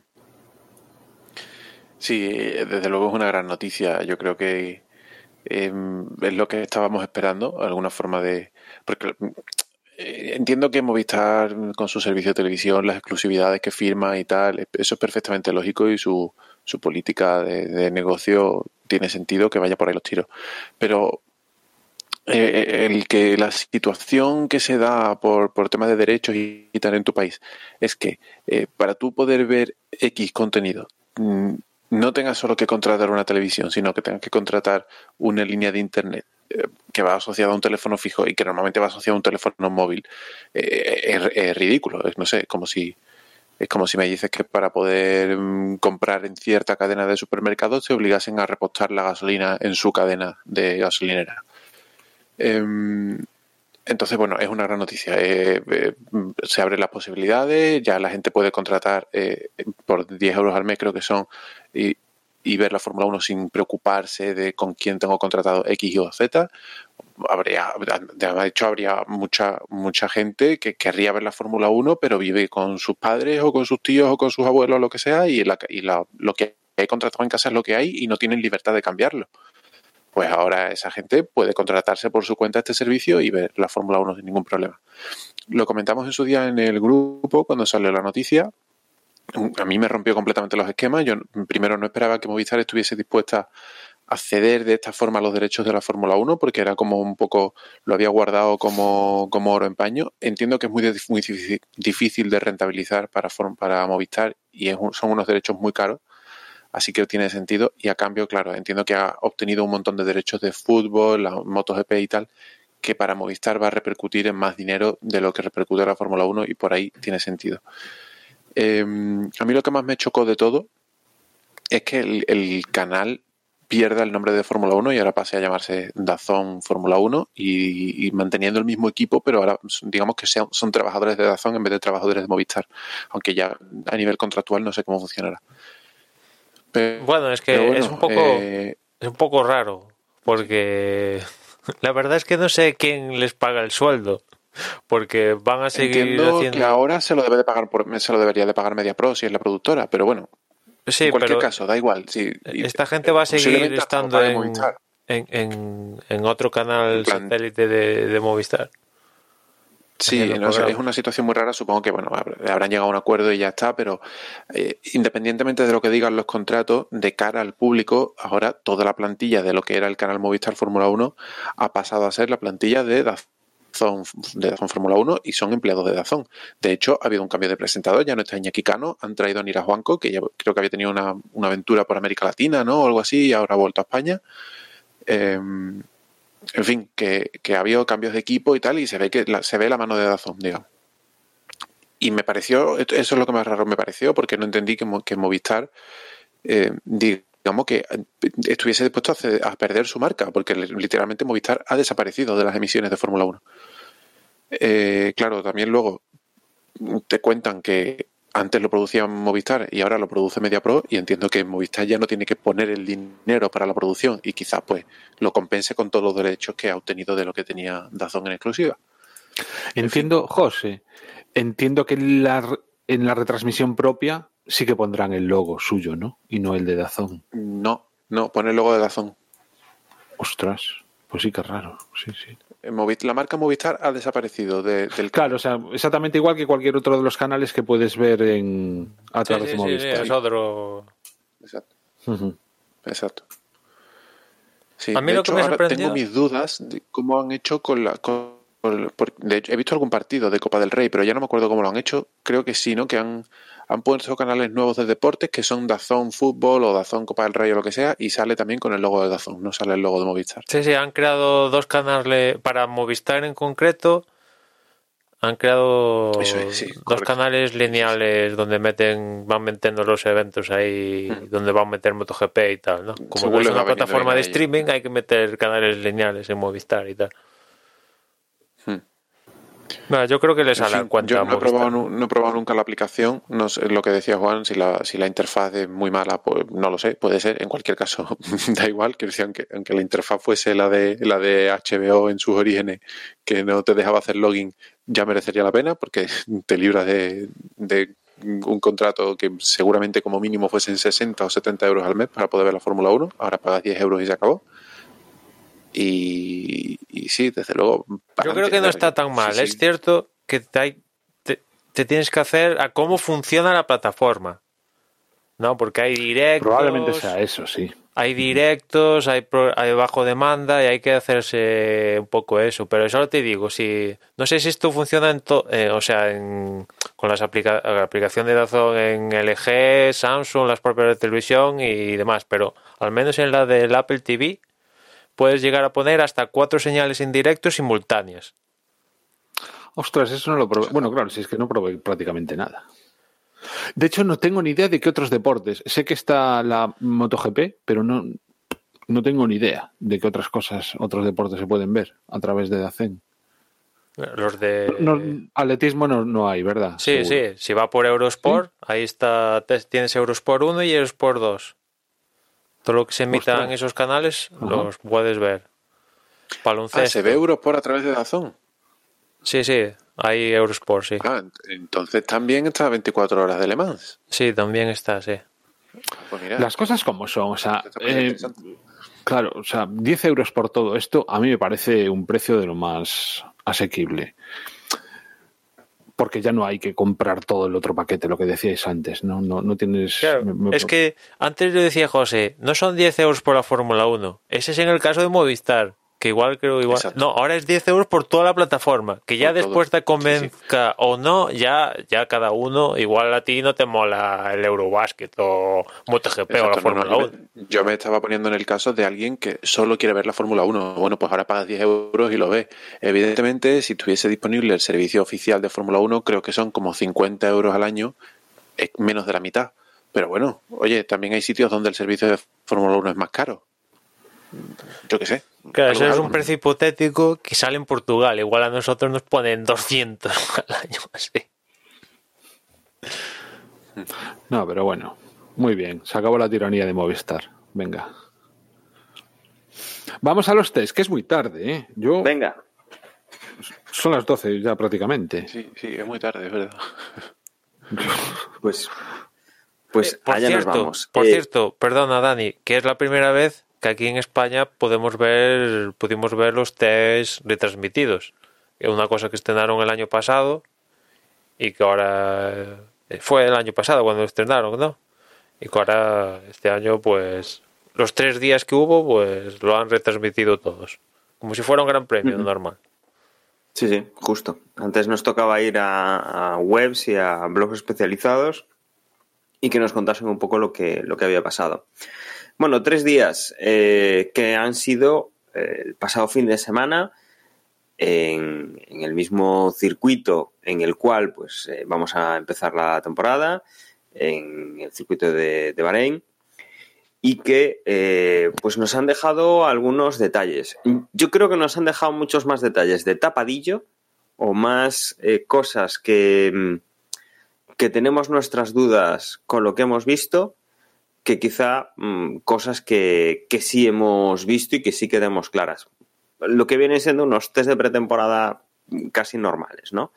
Sí, desde luego es una gran noticia. Yo creo que es lo que estábamos esperando, alguna forma de... Porque entiendo que Movistar, con su servicio de televisión, las exclusividades que firma y tal, eso es perfectamente lógico y su política de negocio tiene sentido que vaya por ahí los tiros. Pero el que la situación que se da por temas de derechos y tal en tu país es que para tú poder ver X contenido no tengas solo que contratar una televisión, sino que tengas que contratar una línea de internet que va asociada a un teléfono fijo y que normalmente va asociada a un teléfono móvil, es ridículo. No sé, es como si me dices que para poder comprar en cierta cadena de supermercados te obligasen a repostar la gasolina en su cadena de gasolinera. Entonces, bueno, es una gran noticia. Se abren las posibilidades, ya la gente puede contratar por 10 euros al mes, creo que son, y ver la Fórmula 1 sin preocuparse de con quién tengo contratado X o Z. Habría mucha gente que querría ver la Fórmula 1, pero vive con sus padres o con sus tíos o con sus abuelos o lo que sea, y lo que hay contratado en casa es lo que hay y no tienen libertad de cambiarlo. Pues ahora esa gente puede contratarse por su cuenta este servicio y ver la Fórmula 1 sin ningún problema. Lo comentamos en su día en el grupo cuando salió la noticia. A mí me rompió completamente los esquemas. Yo primero no esperaba que Movistar estuviese dispuesta a ceder de esta forma los derechos de la Fórmula 1 porque era como un poco, lo había guardado como oro en paño. Entiendo que es muy difícil de rentabilizar para Movistar y son unos derechos muy caros. Así que tiene sentido y a cambio, claro, entiendo que ha obtenido un montón de derechos de fútbol, la MotoGP y tal, que para Movistar va a repercutir en más dinero de lo que repercute la Fórmula 1 y por ahí tiene sentido. A mí lo que más me chocó de todo es que el canal pierda el nombre de Fórmula 1 y ahora pase a llamarse DAZN Fórmula 1 y manteniendo el mismo equipo, pero ahora digamos que son trabajadores de DAZN en vez de trabajadores de Movistar, aunque ya a nivel contractual no sé cómo funcionará. Bueno, es que es un poco raro, porque la verdad es que no sé quién les paga el sueldo, porque van a seguir Entiendo haciendo... que ahora se lo debería de pagar MediaPro si es la productora, pero bueno, sí, en cualquier pero caso, da igual. Sí, esta gente va a seguir estando Movistar. en otro canal En plan, satélite de Movistar. sí, no, es una situación muy rara. Supongo que bueno, habrán llegado a un acuerdo y ya está, pero independientemente de lo que digan los contratos, de cara al público, ahora toda la plantilla de lo que era el canal Movistar Fórmula 1 ha pasado a ser la plantilla de DAZN Fórmula 1 y son empleados de DAZN. De hecho, ha habido un cambio de presentador, ya no está Iñaki Cano, han traído a Nira Juanco, que ya creo que había tenido una aventura por América Latina, ¿no? O algo así, y ahora ha vuelto a España. En fin, que ha habido cambios de equipo y tal, y se ve la mano de DAZN, digamos. Y me pareció, eso es lo que más raro me pareció, porque no entendí que Movistar, digamos que estuviese dispuesto a perder su marca, porque literalmente Movistar ha desaparecido de las emisiones de Fórmula 1. Claro, también luego te cuentan que antes lo producía Movistar y ahora lo produce MediaPro, y entiendo que Movistar ya no tiene que poner el dinero para la producción y quizás pues lo compense con todos los derechos que ha obtenido de lo que tenía DAZN en exclusiva. Entiendo, José, entiendo que en la retransmisión propia sí que pondrán el logo suyo, ¿no? Y no el de DAZN. No, pone el logo de DAZN. Ostras, pues sí que es raro, sí. La marca Movistar ha desaparecido del Claro, o sea, exactamente igual que cualquier otro de los canales que puedes ver a través de Movistar. Sí, es otro. Exacto. Uh-huh. Exacto. Sí, a mí de lo hecho, que me ahora sorprendió... tengo mis dudas de cómo han hecho de hecho, he visto algún partido de Copa del Rey, pero ya no me acuerdo cómo lo han hecho. Creo que sí, ¿no? Que han puesto canales nuevos de deportes que son DAZN Fútbol o DAZN Copa del Rey o lo que sea, y sale también con el logo de DAZN, no sale el logo de Movistar. Sí, han creado 2 canales para Movistar en concreto. Han creado 2 canales lineales donde van metiendo los eventos ahí, donde van a meter MotoGP y tal, ¿no? Como no es una plataforma de streaming, hay que meter canales lineales en Movistar y tal. Bueno, yo creo que les sale a cuenta. Yo no he probado nunca la aplicación. No sé lo que decía Juan, si la interfaz es muy mala, pues no lo sé, puede ser. En cualquier caso, da igual, que aunque la interfaz fuese la de HBO en sus orígenes, que no te dejaba hacer login, ya merecería la pena, porque te libras de un contrato que seguramente como mínimo fuesen 60 o 70 euros al mes para poder ver la Fórmula 1. Ahora pagas 10 euros y se acabó. Y sí, desde luego. Yo creo que no está tan mal. Sí. Es cierto que te tienes que hacer a cómo funciona la plataforma, ¿no? Porque hay directos. Probablemente sea eso, sí. Hay directos, hay bajo demanda y hay que hacerse un poco eso. Pero eso te digo, no sé si esto funciona con la aplicación de DAZN en LG, Samsung, las propias de televisión y demás, pero al menos en la del Apple TV puedes llegar a poner hasta 4 señales en directo simultáneas. Ostras, eso no lo probé. Bueno, claro, si es que no probé prácticamente nada. De hecho, no tengo ni idea de qué otros deportes. Sé que está la MotoGP, pero no tengo ni idea de qué otros deportes se pueden ver a través de DAZN. Los de... atletismo no hay, ¿verdad? Sí, seguro. Sí. Si va por Eurosport, ¿sí? Ahí está, tienes Eurosport 1 y Eurosport 2. Todo lo que se emita en esos canales los puedes ver. Baloncesto. ¿Se ve Eurosport a través de DAZN? Sí, hay Eurosport, sí. Entonces también está 24 horas de Le Mans. Sí, también está, sí. Pues mira, las cosas como son, o sea, claro, o sea, 10 euros por todo esto a mí me parece un precio de lo más asequible. Porque ya no hay que comprar todo el otro paquete, lo que decíais antes, no tienes... Claro, es que antes le decía José, no son 10 euros por la Fórmula 1, ese es en el caso de Movistar. Que igual. Exacto. No, ahora es 10 euros por toda la plataforma. Que ya Por después todo. te convenzca o no, ya cada uno. Igual a ti no te mola el Eurobasket o MotoGP o la Exacto, Fórmula 1. yo me estaba poniendo en el caso de alguien que solo quiere ver la Fórmula 1. Bueno, pues ahora pagas 10 euros y lo ves. Evidentemente, si estuviese disponible el servicio oficial de Fórmula 1, creo que son como 50 euros al año, es menos de la mitad. Pero bueno, oye, también hay sitios donde el servicio de Fórmula 1 es más caro. Yo qué sé. Claro, eso es Algo. un precio hipotético que sale en Portugal. Igual a nosotros nos ponen 200 al año así. No, pero bueno, muy bien. Se acabó la tiranía de Movistar. Venga. Vamos a los test, que es muy tarde, ¿eh? Venga. Son las 12 ya prácticamente. Sí, es muy tarde, es verdad. Pues Por allá nos cierto, vamos. por cierto, perdona Dani, que es la primera vez que aquí en España pudimos ver los test retransmitidos. Es una cosa que estrenaron el año pasado y que ahora fue el año pasado cuando lo estrenaron, ¿no? Y que ahora este año, pues los 3 días que hubo, pues lo han retransmitido todos, como si fuera un gran premio normal. Sí, justo. Antes nos tocaba ir a webs y a blogs especializados y que nos contasen un poco lo que había pasado. Bueno, 3 días que han sido el pasado fin de semana en el mismo circuito en el cual pues vamos a empezar la temporada, en el circuito de Bahrein, y que pues nos han dejado algunos detalles. Yo creo que nos han dejado muchos más detalles de tapadillo o más cosas que tenemos nuestras dudas con lo que hemos visto, que quizá cosas que sí hemos visto y que sí quedamos claras. Lo que vienen siendo unos test de pretemporada casi normales, ¿no?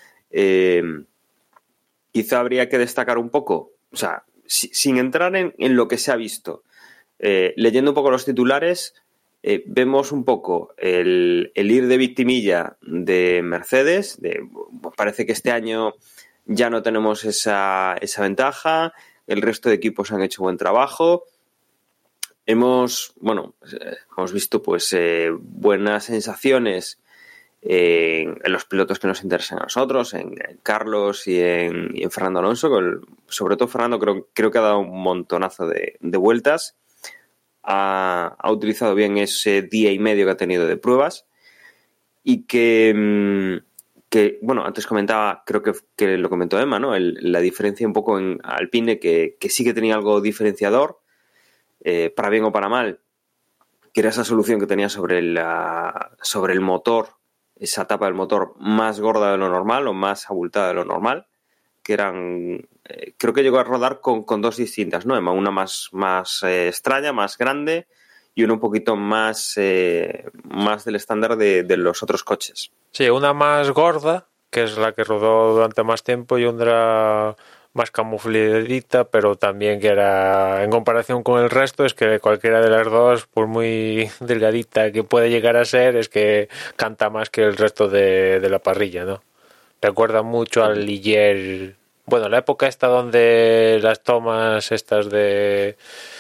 Quizá habría que destacar un poco, o sea, sin entrar en lo que se ha visto, leyendo un poco los titulares, vemos un poco el ir de victimilla de Mercedes. Parece que este año ya no tenemos esa ventaja. El resto de equipos han hecho buen trabajo. Hemos visto pues buenas sensaciones en los pilotos que nos interesan a nosotros, en Carlos y en Fernando Alonso. Sobre todo Fernando creo que ha dado un montonazo de vueltas. Ha utilizado bien ese día y medio que ha tenido de pruebas y que bueno, antes comentaba, creo que lo comentó Emma, ¿no? La diferencia un poco en Alpine, que sí que tenía algo diferenciador, para bien o para mal, que era esa solución que tenía sobre el motor, esa tapa del motor más gorda de lo normal o más abultada de lo normal, que eran, creo que llegó a rodar con 2 distintas, ¿no, Emma? Una más extraña, más grande, y una un poquito más del estándar de los otros coches. Sí, una más gorda, que es la que rodó durante más tiempo, y otra más camufladita, pero también que era, en comparación con el resto, es que cualquiera de las dos, por muy delgadita que puede llegar a ser, es que canta más que el resto de la parrilla, ¿no? Recuerda mucho al Ligier, bueno, la época esta donde las tomas estas de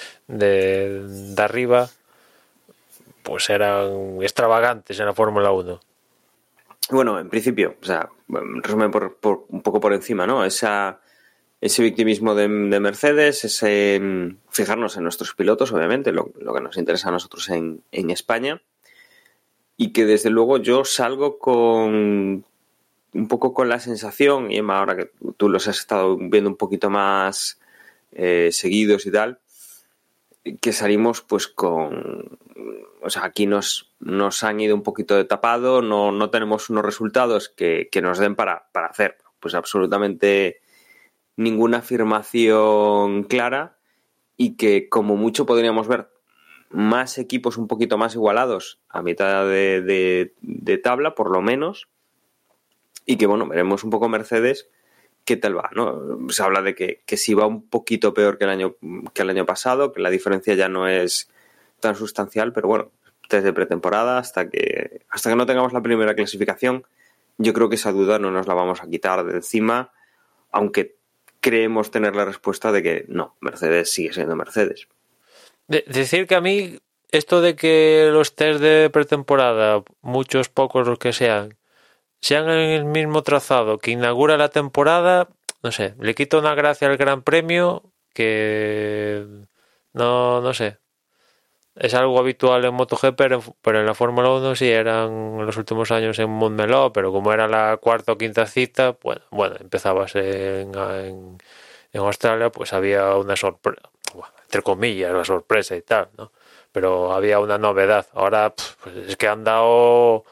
arriba pues eran extravagantes en la Fórmula 1. Bueno, en principio, o sea, resumen por un poco por encima, ¿no? Ese victimismo de Mercedes, ese fijarnos en nuestros pilotos, obviamente, lo que nos interesa a nosotros en España, y que desde luego yo salgo con un poco con la sensación, y Emma, ahora que tú los has estado viendo un poquito más seguidos y tal, que salimos pues con... O sea, aquí nos han ido un poquito de tapado, no tenemos unos resultados que nos den para hacer pues absolutamente ninguna afirmación clara, y que como mucho podríamos ver más equipos un poquito más igualados a mitad de tabla, por lo menos, y que bueno, veremos un poco Mercedes qué tal va, ¿no? Se habla de que si va un poquito peor que el año pasado, que la diferencia ya no es tan sustancial, pero bueno, desde pretemporada hasta que no tengamos la primera clasificación, yo creo que esa duda no nos la vamos a quitar de encima, aunque creemos tener la respuesta de que no, Mercedes sigue siendo Mercedes. Decir que a mí esto de que los test de pretemporada, muchos, pocos, los que sean en el mismo trazado que inaugura la temporada, no sé, le quita una gracia al Gran Premio que no sé. Es algo habitual en MotoGP, pero en la Fórmula 1 sí eran en los últimos años en Montmeló, pero como era la cuarta o quinta cita, bueno, empezabas en Australia, pues había una sorpresa, entre comillas, la sorpresa y tal, ¿no? Pero había una novedad. Ahora pues es que han dado...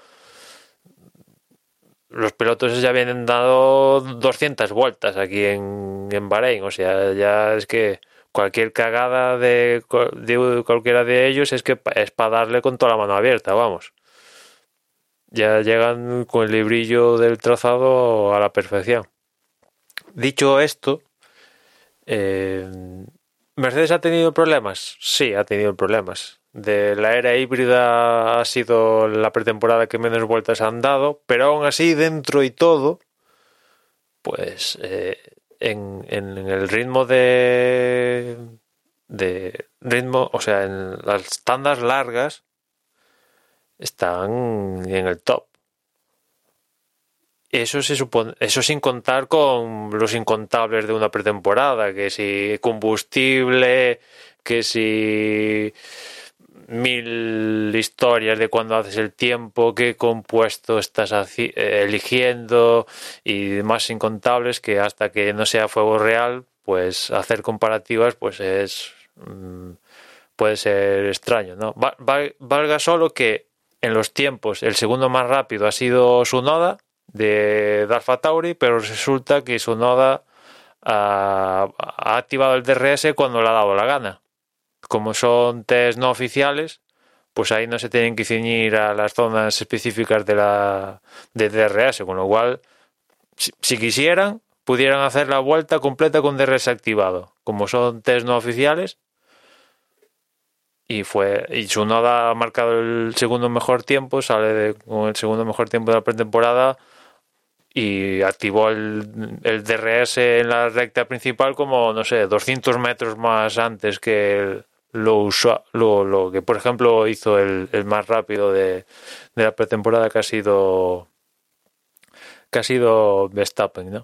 Los pilotos ya habían dado 200 vueltas aquí en Bahrein, o sea, ya es que cualquier cagada de cualquiera de ellos es para darle con toda la mano abierta, vamos. Ya llegan con el librillo del trazado a la perfección. Dicho esto, ¿Mercedes ha tenido problemas? Sí, ha tenido problemas. De la era híbrida ha sido la pretemporada que menos vueltas han dado, pero aún así, dentro y todo, pues en el ritmo de ritmo, o sea, en las tandas largas están en el top. Eso se supone, eso sin contar con los incontables de una pretemporada, que si combustible, que si 1000 historias de cuando haces el tiempo, qué compuesto estás eligiendo y demás incontables, que hasta que no sea fuego real, pues hacer comparativas pues puede ser extraño, ¿no? Valga solo que en los tiempos el segundo más rápido ha sido Tsunoda de AlphaTauri, pero resulta que Tsunoda ha activado el DRS cuando le ha dado la gana. Como son test no oficiales, pues ahí no se tienen que ceñir a las zonas específicas de DRS, con lo cual, si quisieran, pudieran hacer la vuelta completa con DRS activado. Como son test no oficiales, y Tsunoda ha marcado el segundo mejor tiempo, sale con el segundo mejor tiempo de la pretemporada y activó el DRS en la recta principal como, no sé, 200 metros más antes que lo que, por ejemplo, hizo el más rápido de la pretemporada, que ha sido Verstappen, ¿no?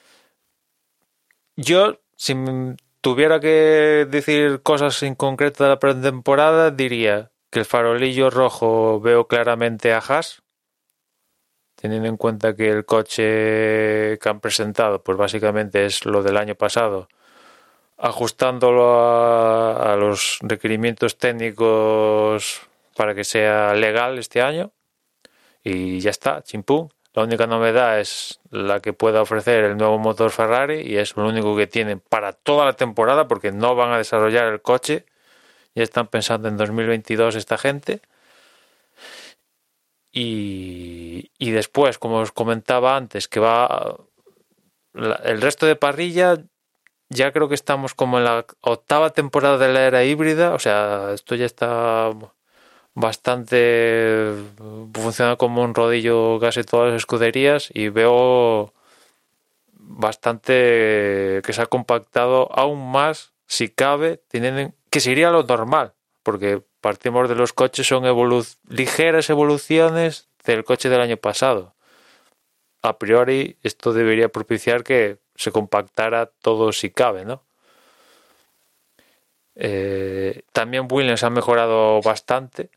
Yo, si tuviera que decir cosas en concreto de la pretemporada, diría que el farolillo rojo veo claramente a Haas, teniendo en cuenta que el coche que han presentado pues básicamente es lo del año pasado, ajustándolo a los requerimientos técnicos para que sea legal este año, y ya está, chimpún. La única novedad es la que pueda ofrecer el nuevo motor Ferrari, y es lo único que tienen para toda la temporada, porque no van a desarrollar el coche, ya están pensando en 2022 esta gente. Y después, como os comentaba antes, que va el resto de parrilla, ya creo que estamos como en la 8ª temporada de la era híbrida, o sea, esto ya está bastante, funciona como un rodillo casi todas las escuderías, y veo bastante que se ha compactado aún más, si cabe, que sería lo normal, porque partimos de los coches, son ligeras evoluciones del coche del año pasado. A priori, esto debería propiciar que se compactara todo si cabe, ¿no? También Williams ha mejorado bastante.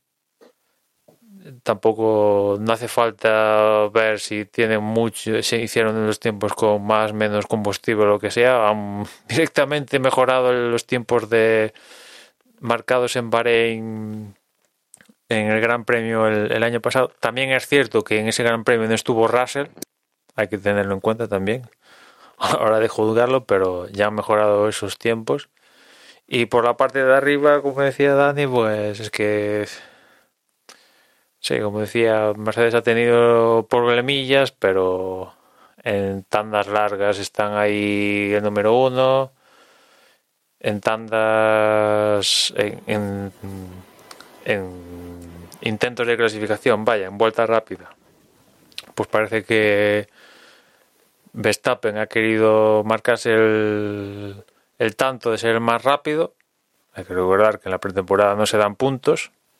Tampoco no hace falta ver si tienen mucho, si hicieron en los tiempos con más, menos combustible o lo que sea. Han directamente mejorado los tiempos marcados en Bahrein en el Gran Premio el año pasado. También es cierto que en ese Gran Premio no estuvo Russell, hay que tenerlo en cuenta también a la hora de juzgarlo, pero ya han mejorado esos tiempos. Y por la parte de arriba, como decía Dani, pues es que sí, como decía, Mercedes ha tenido problemillas, pero en tandas largas están ahí el número 1. En tandas, en intentos de clasificación, en vuelta rápida, pues parece que Verstappen ha querido marcarse el tanto de ser el más rápido. Hay que recordar que en la pretemporada no se dan puntos,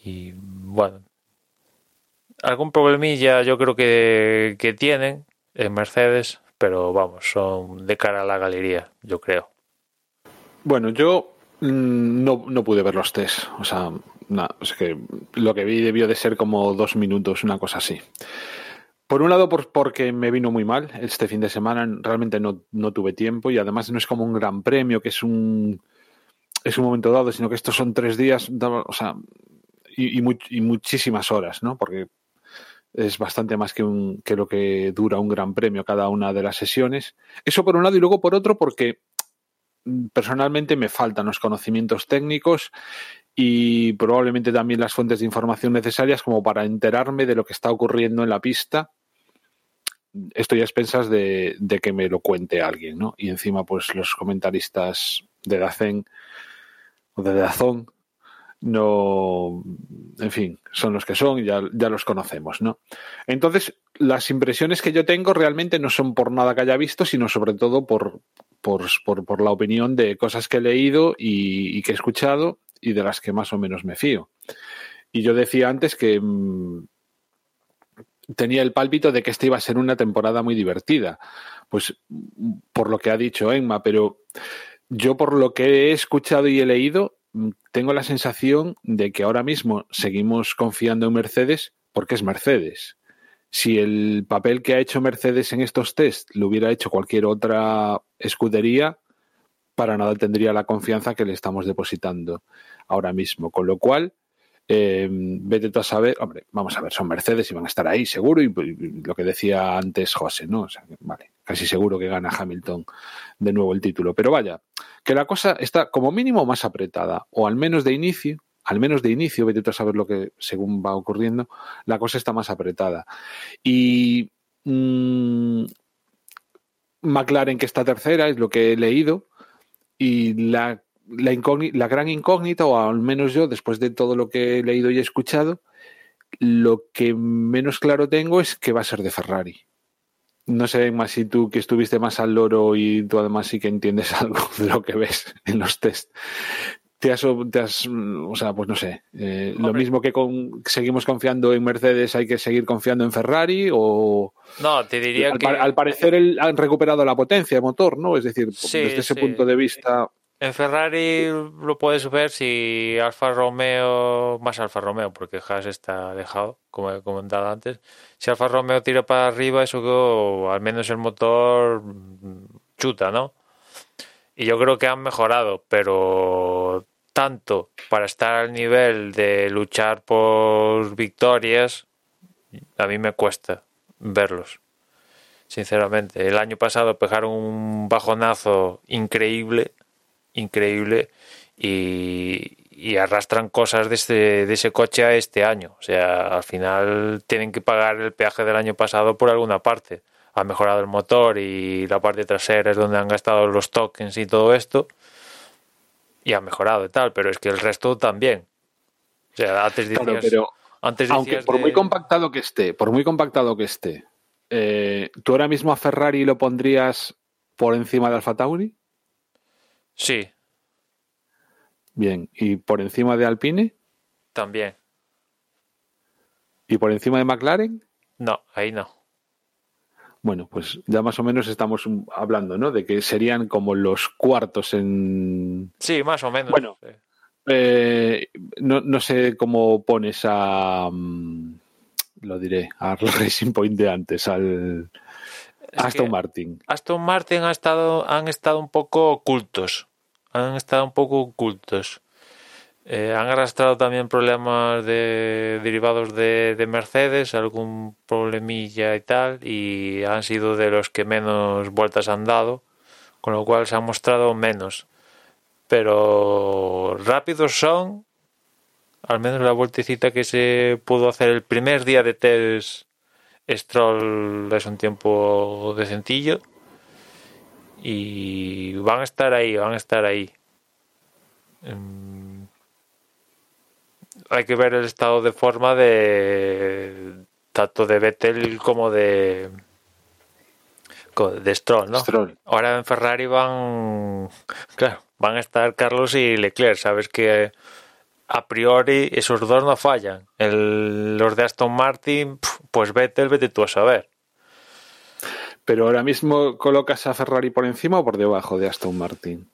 Y bueno, algún problemilla yo creo que tienen en Mercedes, pero vamos, son de cara a la galería, yo creo. Bueno, yo no pude ver los test. O sea, es que lo que vi debió de ser como 2 minutos, una cosa así. Por un lado, porque me vino muy mal este fin de semana, realmente no tuve tiempo y además no es como un gran premio, que es un momento dado, sino que estos son 3 días, o sea, y muchísimas horas, ¿no? Porque es bastante más que lo que dura un gran premio cada una de las sesiones. Eso por un lado, y luego por otro porque personalmente me faltan los conocimientos técnicos y probablemente también las fuentes de información necesarias como para enterarme de lo que está ocurriendo en la pista. Estoy a expensas de que me lo cuente alguien, ¿no? Y encima, pues los comentaristas de DAZN o de DAZN no, en fin, son los que son y ya los conocemos, ¿no? Entonces, las impresiones que yo tengo realmente no son por nada que haya visto, sino sobre todo por la opinión de cosas que he leído y que he escuchado y de las que más o menos me fío. Y yo decía antes que tenía el pálpito de que esta iba a ser una temporada muy divertida, pues por lo que ha dicho Emma, pero yo por lo que he escuchado y he leído tengo la sensación de que ahora mismo seguimos confiando en Mercedes porque es Mercedes. Si el papel que ha hecho Mercedes en estos test lo hubiera hecho cualquier otra escudería, para nada tendría la confianza que le estamos depositando ahora mismo. Con lo cual, vete tú a saber, hombre, vamos a ver, son Mercedes y van a estar ahí seguro y lo que decía antes José, ¿no? O sea, vale, casi seguro que gana Hamilton de nuevo el título. Pero vaya, que la cosa está como mínimo más apretada, o al menos de inicio, vete tú a saber lo que según va ocurriendo, la cosa está más apretada. Y McLaren, que está tercera, es lo que he leído, y la gran incógnita, o al menos yo, después de todo lo que he leído y escuchado, lo que menos claro tengo es que va a ser de Ferrari. No sé, más si tú que estuviste más al loro y tú además sí que entiendes algo de lo que ves en los test. O sea, pues no sé, lo mismo que seguimos confiando en Mercedes, hay que seguir confiando en Ferrari, o no, te diría que al parecer han recuperado la potencia de motor, ¿no? Es decir, sí, desde ese punto de vista. En Ferrari lo puedes ver si Alfa Romeo, más Alfa Romeo, porque Haas está dejado, como he comentado antes. Si Alfa Romeo tira para arriba, eso al menos el motor chuta, ¿no? Y yo creo que han mejorado, pero tanto para estar al nivel de luchar por victorias, a mí me cuesta verlos, sinceramente. El año pasado pegaron un bajonazo increíble y arrastran cosas de ese coche a este año. O sea, al final tienen que pagar el peaje del año pasado por alguna parte. Ha mejorado el motor y la parte trasera es donde han gastado los tokens y todo esto, y ha mejorado y tal, pero es que el resto también. O sea, antes decías, claro, pero aunque por muy compactado que esté, ¿tú ahora mismo a Ferrari lo pondrías por encima de Alfa Tauri? Sí. Bien, ¿y por encima de Alpine? También. ¿Y por encima de McLaren? No, ahí no. Bueno, pues ya más o menos estamos hablando, ¿no? De que serían como los cuartos en... Sí, más o menos. Bueno, sí. No sé cómo pones lo diré, al Racing Point de antes, al Aston Martin. Aston Martin han estado un poco ocultos. Han arrastrado también problemas derivados de Mercedes, algún problemilla y tal, y han sido de los que menos vueltas han dado, con lo cual se han mostrado menos. Pero rápidos son, al menos la vueltecita que se pudo hacer el primer día de test, Stroll es un tiempo decentillo, y van a estar ahí. Hay que ver el estado de forma de tanto de Vettel como de Stroll, ¿no? Stroll. Ahora en Ferrari van a estar Carlos y Leclerc. Sabes que a priori esos dos no fallan. Los de Aston Martin, pues vete tú a saber. Pero ahora mismo colocas a Ferrari por encima o por debajo de Aston Martin.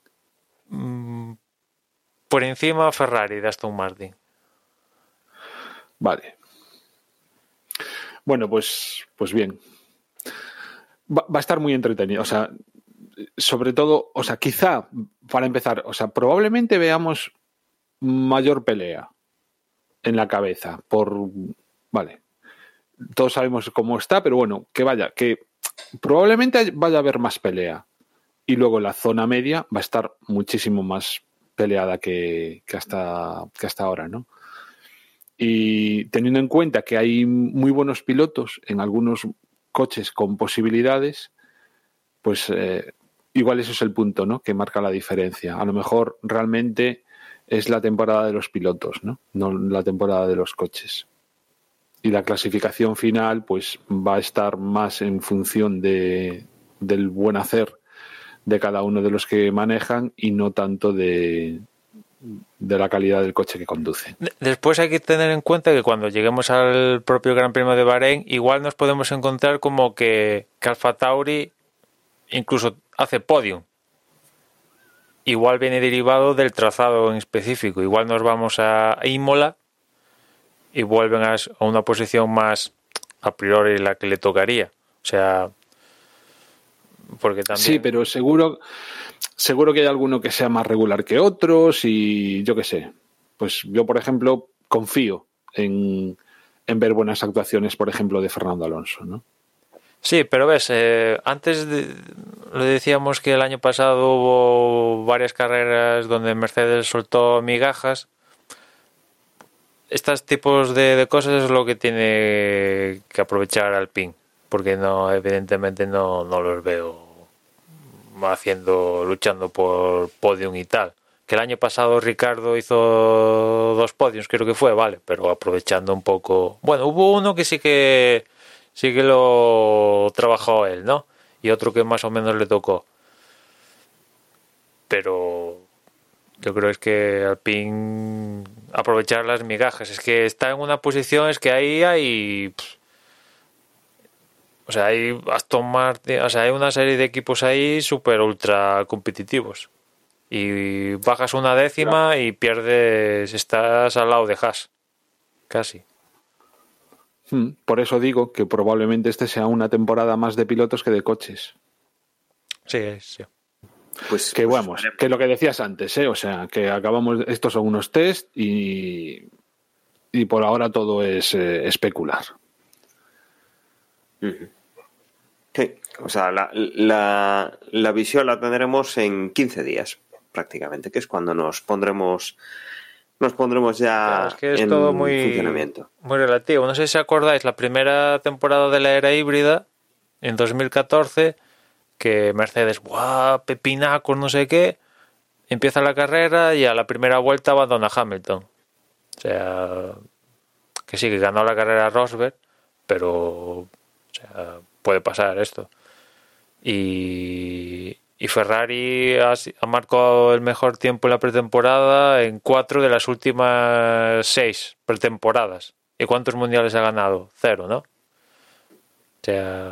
Por encima Ferrari de Aston Martin. Vale. Bueno, pues bien. Va a estar muy entretenido. O sea, sobre todo, o sea, quizá, para empezar, o sea, probablemente veamos mayor pelea en la cabeza. Vale. Todos sabemos cómo está, pero bueno, que probablemente vaya a haber más pelea. Y luego la zona media va a estar muchísimo más peleada que hasta ahora, ¿no? Y teniendo en cuenta que hay muy buenos pilotos en algunos coches con posibilidades, pues igual eso es el punto, ¿no?, que marca la diferencia. A lo mejor realmente es la temporada de los pilotos, ¿no? No la temporada de los coches. Y la clasificación final pues va a estar más en función del buen hacer de cada uno de los que manejan y no tanto de la calidad del coche que conducen. Después hay que tener en cuenta que cuando lleguemos al propio Gran Premio de Bahrein, igual nos podemos encontrar como que AlphaTauri incluso hace podium. Igual viene derivado del trazado en específico. Igual nos vamos a Imola y vuelven a una posición más a priori la que le tocaría. O sea, porque también... Sí, pero seguro que hay alguno que sea más regular que otros y yo qué sé. Pues yo, por ejemplo, confío en ver buenas actuaciones, por ejemplo, de Fernando Alonso, ¿no? Sí, pero ves, antes le decíamos que el año pasado hubo varias carreras donde Mercedes soltó migajas. Estos tipos de cosas es lo que tiene que aprovechar Alpine, porque no, evidentemente no los veo luchando por podium y tal. Que el año pasado Ricardo hizo 2 podiums, creo que fue, vale, pero aprovechando un poco. Bueno, hubo uno que sí que lo trabajó él, ¿no? Y otro que más o menos le tocó. Pero yo creo es que Alpine aprovechar las migajas. Es que está en una posición, es que ahí hay... O sea, hay Aston Martin, o sea, hay una serie de equipos ahí súper ultra competitivos. Y bajas una décima y pierdes, estás al lado de Haas. Casi. Por eso digo que probablemente este sea una temporada más de pilotos que de coches. Sí. Pues vamos, que lo que decías antes, o sea, que acabamos, estos son unos test y por ahora todo es especular. Sí, o sea, la visión la tendremos en 15 días prácticamente, que es cuando nos pondremos ya es que es en todo muy funcionamiento. Muy relativo. No sé si acordáis la primera temporada de la era híbrida en 2014, que Mercedes, ¡buah! Pepinacos, no sé qué, empieza la carrera y a la primera vuelta abandona Hamilton. O sea, que sí, que ganó la carrera Rosberg, pero o sea, puede pasar esto. Y Ferrari ha marcado el mejor tiempo en la pretemporada en 4 de las últimas 6 pretemporadas. ¿Y cuántos mundiales ha ganado? 0, ¿no? O sea,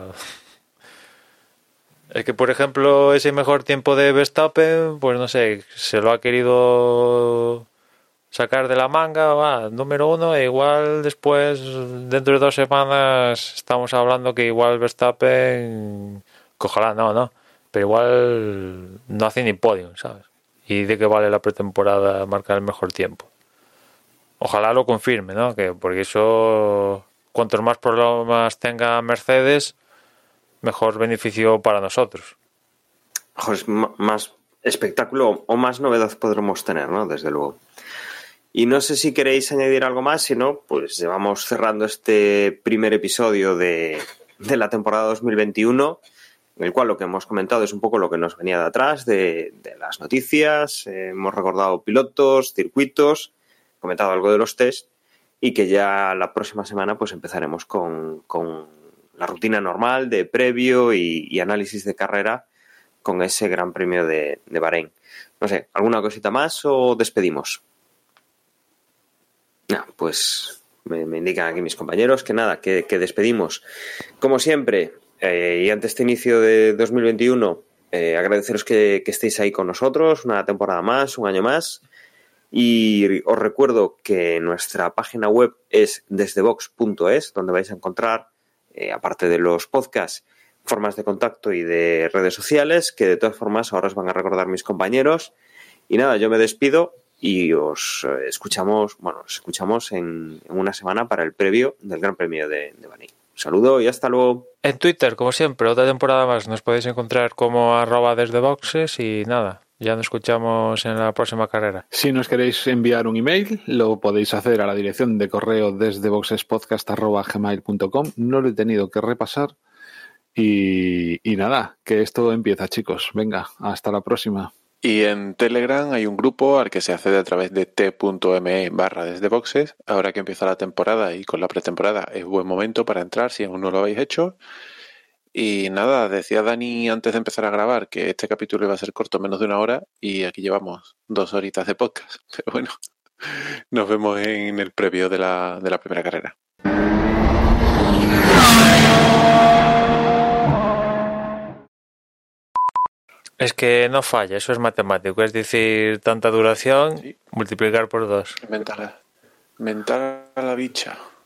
es que, por ejemplo, ese mejor tiempo de Verstappen, pues no sé, se lo ha querido sacar de la manga, número 1, e igual después, dentro de 2 semanas, estamos hablando que igual Verstappen, que ojalá no, pero igual no hace ni podium, ¿sabes? ¿Y de qué vale la pretemporada marcar el mejor tiempo? Ojalá lo confirme, ¿no? Porque eso, cuantos más problemas tenga Mercedes, mejor beneficio para nosotros. Mejor, más espectáculo o más novedad podremos tener, ¿no? Desde luego. Y no sé si queréis añadir algo más, si no, pues llevamos cerrando este primer episodio de la temporada 2021, en el cual lo que hemos comentado es un poco lo que nos venía de atrás, de las noticias, hemos recordado pilotos, circuitos, comentado algo de los test, y que ya la próxima semana pues empezaremos con la rutina normal de previo y análisis de carrera con ese Gran Premio de Bahrein. No sé, ¿alguna cosita más o despedimos? Pues me indican aquí mis compañeros que nada, que despedimos. Como siempre, y ante este inicio de 2021, agradeceros que estéis ahí con nosotros, una temporada más, un año más. Y os recuerdo que nuestra página web es desdevox.es, donde vais a encontrar, aparte de los podcasts, formas de contacto y de redes sociales, que de todas formas ahora os van a recordar mis compañeros. Y nada, yo me despido y os escuchamos en una semana para el previo del Gran Premio de Bahrein. Un saludo y hasta luego. En Twitter, como siempre, otra temporada más. Nos podéis encontrar como @desdeboxes y nada, ya nos escuchamos en la próxima carrera. Si nos queréis enviar un email, lo podéis hacer a la dirección de correo desdeboxespodcast@gmail.com. No lo he tenido que repasar. Y nada, que esto empieza, chicos. Venga, hasta la próxima. Y en Telegram hay un grupo al que se accede a través de t.me/desdeboxes. Ahora que empieza la temporada y con la pretemporada es buen momento para entrar si aún no lo habéis hecho. Y nada, decía Dani antes de empezar a grabar que este capítulo iba a ser corto, menos de 1 hora, y aquí llevamos 2 horitas de podcast. Pero bueno, nos vemos en el previo de la primera carrera. Es que no falla, eso es matemático, es decir, tanta duración, sí. Multiplicar por 2. Mental a la bicha.